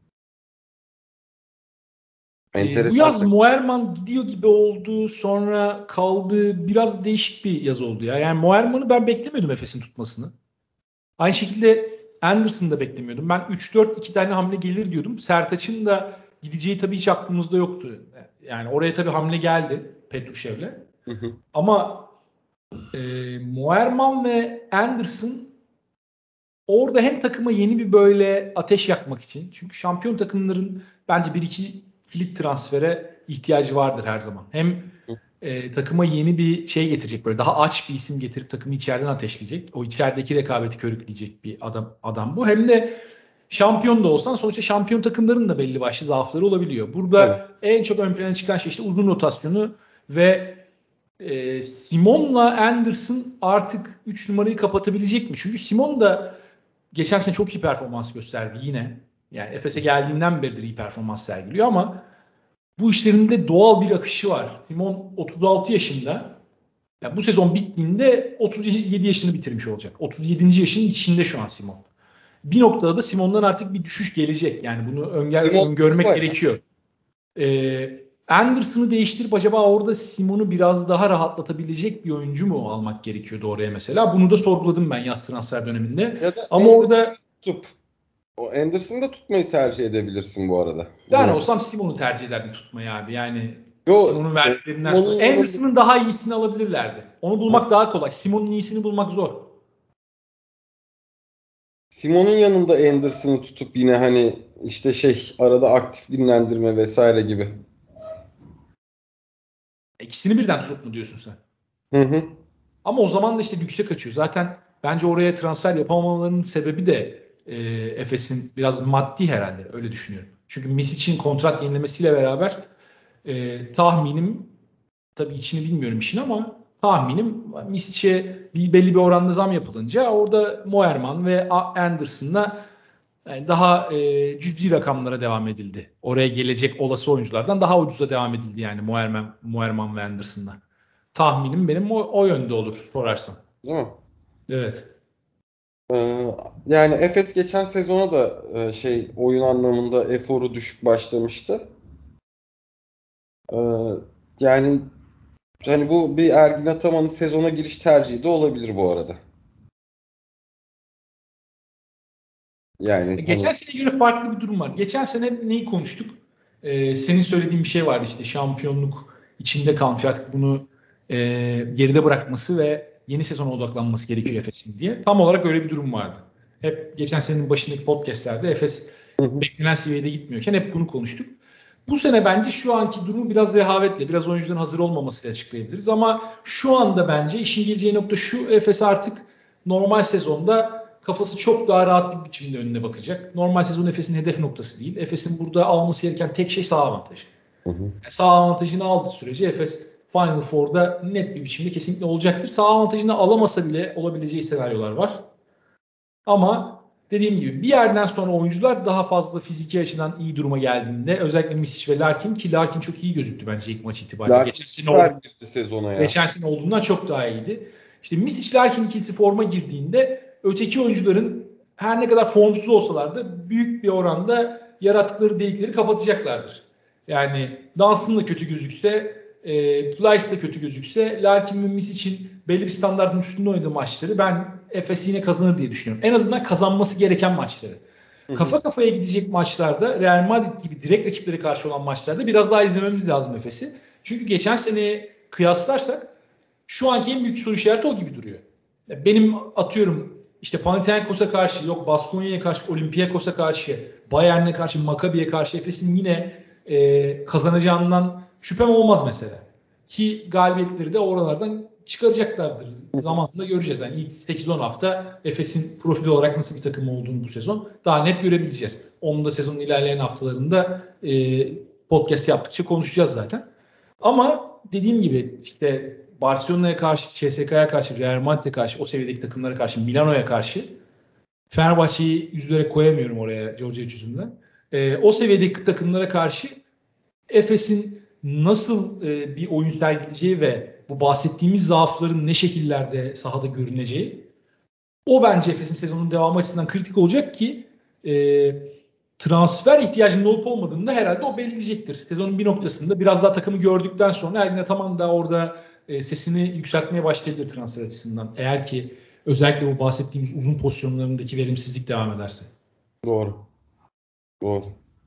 E, bu Enteresan yaz takım. Moerman gidiyor gibi oldu. Sonra kaldı. Biraz değişik bir yaz oldu ya. Yani Moerman'ı ben beklemiyordum Efes'in tutmasını. Aynı şekilde Anderson'ı da beklemiyordum. Ben üç dört iki tane hamle gelir diyordum. Sertaç'ın da gideceği tabii hiç aklımızda yoktu. Yani oraya tabii hamle geldi Petrushev'le. Hı hı. Ama e, Moerman ve Anderson orada hem takıma yeni bir böyle ateş yakmak için. Çünkü şampiyon takımların bence bir iki kilit transfere ihtiyacı vardır her zaman. Hem e, takıma yeni bir şey getirecek, böyle daha aç bir isim getirip takımı içeriden ateşleyecek. O içerideki rekabeti körükleyecek bir adam adam bu. Hem de şampiyon da olsan sonuçta şampiyon takımların da belli başlı zaafları olabiliyor. Tabii. Burada en çok ön plana çıkan şey işte uzun rotasyonu ve e, Simon'la Anderson artık üç numarayı kapatabilecek mi? Çünkü Simon da geçen sene çok iyi performans gösterdi yine. Yani Efes'e geldiğinden beridir iyi performans sergiliyor ama bu işlerinde doğal bir akışı var. Simon otuz altı yaşında. Yani bu sezon bittiğinde otuz yedi yaşını bitirmiş olacak. otuz yedinci yaşının içinde şu an Simon. Bir noktada da Simon'dan artık bir düşüş gelecek. Yani bunu önger Simon öngörmek Kuzma ya. gerekiyor. Ee, Anderson'ı değiştirip acaba orada Simon'u biraz daha rahatlatabilecek bir oyuncu mu almak gerekiyordu oraya mesela? Bunu da sorguladım ben yaz transfer döneminde. Ya da Ama Anderson'ı orada tutup o Anderson'ı da tutmayı tercih edebilirsin bu arada. ben Bunu. olsam Simon'u tercih ederdim tutmayı abi. Yani Yo, Simon'un e, verdiklerinden Simon'un sonra. yanında Anderson'ın daha iyisini alabilirlerdi. Onu ha, bulmak daha kolay. Simon'un iyisini bulmak zor. Simon'un yanında Anderson'ı tutup yine hani işte şey arada aktif dinlendirme vesaire gibi. İkisini birden tutup mu diyorsun sen? Hı hı. Ama o zaman da işte lükse kaçıyor. Zaten bence oraya transfer yapamamalarının sebebi de e, Efes'in biraz maddi herhalde. Öyle düşünüyorum. Çünkü Misic'in kontrat yenilemesiyle beraber e, tahminim, tabii içini bilmiyorum işin ama tahminim Misic'e bir belli bir oranda zam yapılınca orada Moerman ve Anderson'la yani daha e, cüzi rakamlara devam edildi. Oraya gelecek olası oyunculardan daha ucuza devam edildi yani Moerman, Moerman ve Anderson'la. Tahminim benim o, o yönde olur sorarsan. Değil mi? Evet. Ee, yani Efes geçen sezona da e, şey oyun anlamında eforu düşük başlamıştı. Ee, yani hani bu bir Ergin Ataman'ın sezona giriş tercihi de olabilir bu arada. Yani Geçen hani seneye göre farklı bir durum var. Geçen sene neyi konuştuk? Ee, senin söylediğin bir şey vardı işte şampiyonluk içinde kalmış artık bunu e, geride bırakması ve yeni sezona odaklanması gerekiyor Efes'in diye. Tam olarak öyle bir durum vardı. Hep geçen senenin başındaki podcastlerde Efes hı hı. beklenen seviyede gitmiyorken hep bunu konuştuk. Bu sene bence şu anki durumu biraz rehavetle, biraz oyuncuların hazır olmamasıyla açıklayabiliriz. Ama şu anda bence işin geleceği nokta şu: Efes artık normal sezonda kafası çok daha rahat bir biçimde önüne bakacak. Normal sezon Efes'in hedef noktası değil. Efes'in burada alması gereken tek şey saha avantajı. Hı hı. Yani saha avantajını aldığı sürece Efes Final Four'da net bir biçimde kesinlikle olacaktır. Saha avantajını alamasa bile olabileceği senaryolar var. Ama dediğim gibi bir yerden sonra oyuncular daha fazla fiziki açıdan iyi duruma geldiğinde özellikle Misic ve Larkin, ki Larkin çok iyi gözüktü bence ilk maç itibariyle. Larkin Geçen sene süper oldu. girdi sezona ya. Geçen sene olduğundan çok daha iyiydi. İşte Misic Larkin ikilisi forma girdiğinde öteki oyuncuların her ne kadar formsuz olsalar da büyük bir oranda yarattıkları delikleri kapatacaklardır. Yani Dunstan da kötü gözükse, e, Plyce da kötü gözükse, Larkin ve Misic'in belli bir standartın üstünde oynadığı maçları ben Efes yine kazanır diye düşünüyorum. En azından kazanması gereken maçları. Hı hı. Kafa kafaya gidecek maçlarda, Real Madrid gibi direkt rakiplere karşı olan maçlarda biraz daha izlememiz lazım Efes'i. Çünkü geçen sene kıyaslarsak şu anki en büyük soru işareti o gibi duruyor. Benim atıyorum işte Panathinaikos'a karşı, yok Baskonya'ya karşı, Olympiakos'a karşı, Bayern'e karşı, Maccabi'ye karşı Efes'in yine e, kazanacağından şüphem olmaz mesela. Ki galibiyetleri de oralardan çıkaracaklardır. Zamanında göreceğiz. Yani ilk sekiz on hafta Efes'in profil olarak nasıl bir takım olduğunu bu sezon daha net görebileceğiz. Onu da sezonun ilerleyen haftalarında e, podcast yaptıkça konuşacağız zaten. Ama dediğim gibi işte Barcelona'ya karşı, C S K A'ya karşı, Real Madrid'e karşı, o seviyedeki takımlara karşı, Milano'ya karşı Fenerbahçe'yi üzülerek koyamıyorum oraya Georgia yüzünden. E, o seviyedeki takımlara karşı Efes'in nasıl e, bir oyun sergileyeceği ve bu bahsettiğimiz zaafların ne şekillerde sahada görüneceği, o bence Efes'in sezonun devamı açısından kritik olacak ki e, transfer ihtiyacının olup olmadığını da herhalde o belirleyecektir. Sezonun bir noktasında biraz daha takımı gördükten sonra Ergin Ataman da orada e, sesini yükseltmeye başlayabilir transfer açısından. Eğer ki özellikle bu bahsettiğimiz uzun pozisyonlarındaki verimsizlik devam ederse. Doğru. Doğru.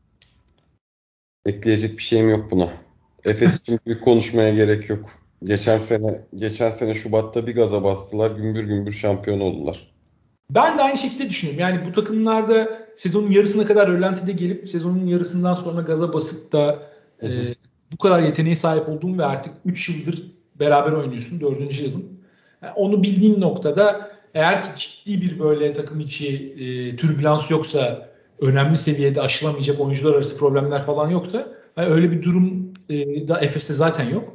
Ekleyecek bir şeyim yok buna. Efes için bir konuşmaya gerek yok. Geçen sene geçen sene Şubat'ta bir gaza bastılar. Gümbür gümbür şampiyon oldular. Ben de aynı şekilde düşünüyorum. Yani bu takımlarda sezonun yarısına kadar rölantide gelip sezonun yarısından sonra gaza basıp da Hı hı. e, bu kadar yeteneğe sahip olduğum ve artık üç yıldır beraber oynuyorsun. dördüncü yılın. Yani onu bildiğin noktada eğer ki ciddi bir böyle takım içi e, türbülans yoksa, önemli seviyede aşılamayacak oyuncular arası problemler falan yoksa, yani öyle bir durum e, da Efes'te zaten yok.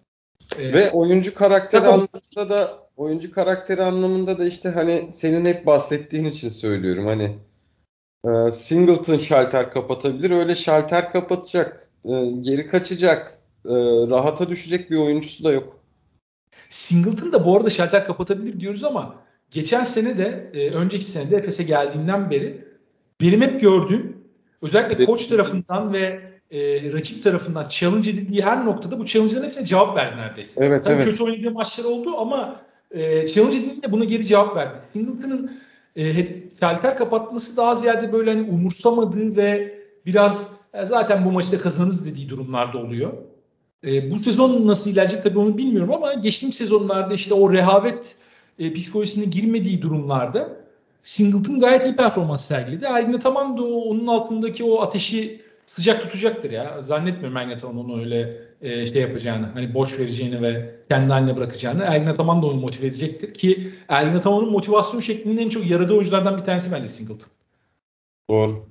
E, Ve oyuncu karakteri Nasıl anlamında da oyuncu karakteri anlamında da işte hani senin hep bahsettiğin için söylüyorum. Hani e, Singleton şalter kapatabilir. Öyle şalter kapatacak, e, geri kaçacak, e, rahata düşecek bir oyuncusu da yok. Singleton da bu arada şalter kapatabilir diyoruz ama geçen sene de e, önceki sene de Efes'e geldiğinden beri benim hep gördüğüm, özellikle koç tarafından ve e, rakip tarafından challenge edildiği her noktada bu challenge'ların hepsine cevap verdi neredeyse. Evet, Tabii evet. kötü oynadığı maçlar oldu ama e, challenge edildiğinde buna geri cevap verdi. Singleton'ın e, hep şalter kapatması daha ziyade böyle hani umursamadığı ve biraz e, zaten bu maçta kazanırız dediği durumlarda oluyor. E, bu sezon nasıl ilerleyecek tabii onu bilmiyorum ama geçtiğim sezonlarda işte o rehavet e, psikolojisine girmediği durumlarda Singleton gayet iyi performans sergiledi. Ergin Ataman da o, onun altındaki o ateşi sıcak tutacaktır ya. Zannetmiyorum Ergin Ataman onu öyle e, şey yapacağını, hani borç vereceğini ve kendi haline bırakacağını. Ergin Ataman da onu motive edecektir ki Ergin Ataman'ın motivasyon şeklinin en çok yaradığı oyunculardan bir tanesi bence Singleton. Doğru.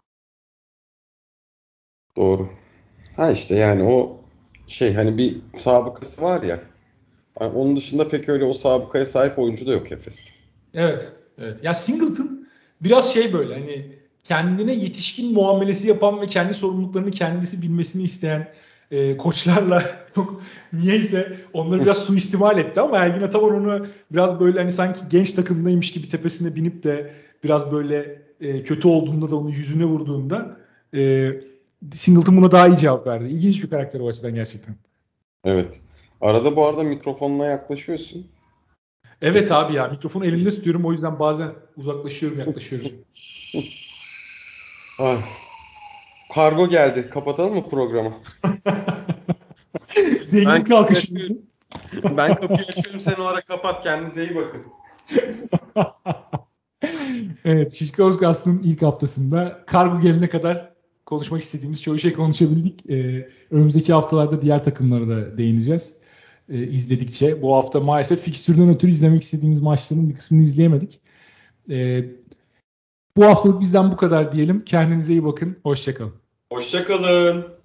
Doğru. Ha işte yani o şey hani bir sabıkası var ya. Yani onun dışında pek öyle o sabıkaya sahip oyuncu da yok Efes'te. Evet, evet. Ya Singleton biraz şey böyle hani kendine yetişkin muamelesi yapan ve kendi sorumluluklarını kendisi bilmesini isteyen e, koçlarla çok niyeyse onları biraz suistimal etti ama Ergin Ataman onu biraz böyle hani sanki genç takımdaymış gibi tepesine binip de biraz böyle e, kötü olduğunda da onu yüzüne vurduğunda e, Singleton buna daha iyi cevap verdi. İlginç bir karakter o açıdan gerçekten. Evet. Arada bu arada mikrofonuna yaklaşıyorsun. Evet Sesin. abi ya mikrofonu elimde tutuyorum o yüzden bazen uzaklaşıyorum yaklaşıyorum. Ay. Kargo geldi. Kapatalım mı programı? Zengin Ben kapıyı kalkışımızı. açıyorum. Ben kapıyı açıyorum. Sen o ara kapat. Kendinize iyi bakın. Evet, Şişko Özkas'ın ilk haftasında kargo gelene kadar konuşmak istediğimiz çoğu şey konuşabildik. Ee, önümüzdeki haftalarda diğer takımlara da değineceğiz. Ee, izledikçe. Bu hafta maalesef fikstürden ötürü izlemek istediğimiz maçların bir kısmını izleyemedik. Ee, bu haftalık bizden bu kadar diyelim. Kendinize iyi bakın. Hoşça kalın. Hoşça kalın.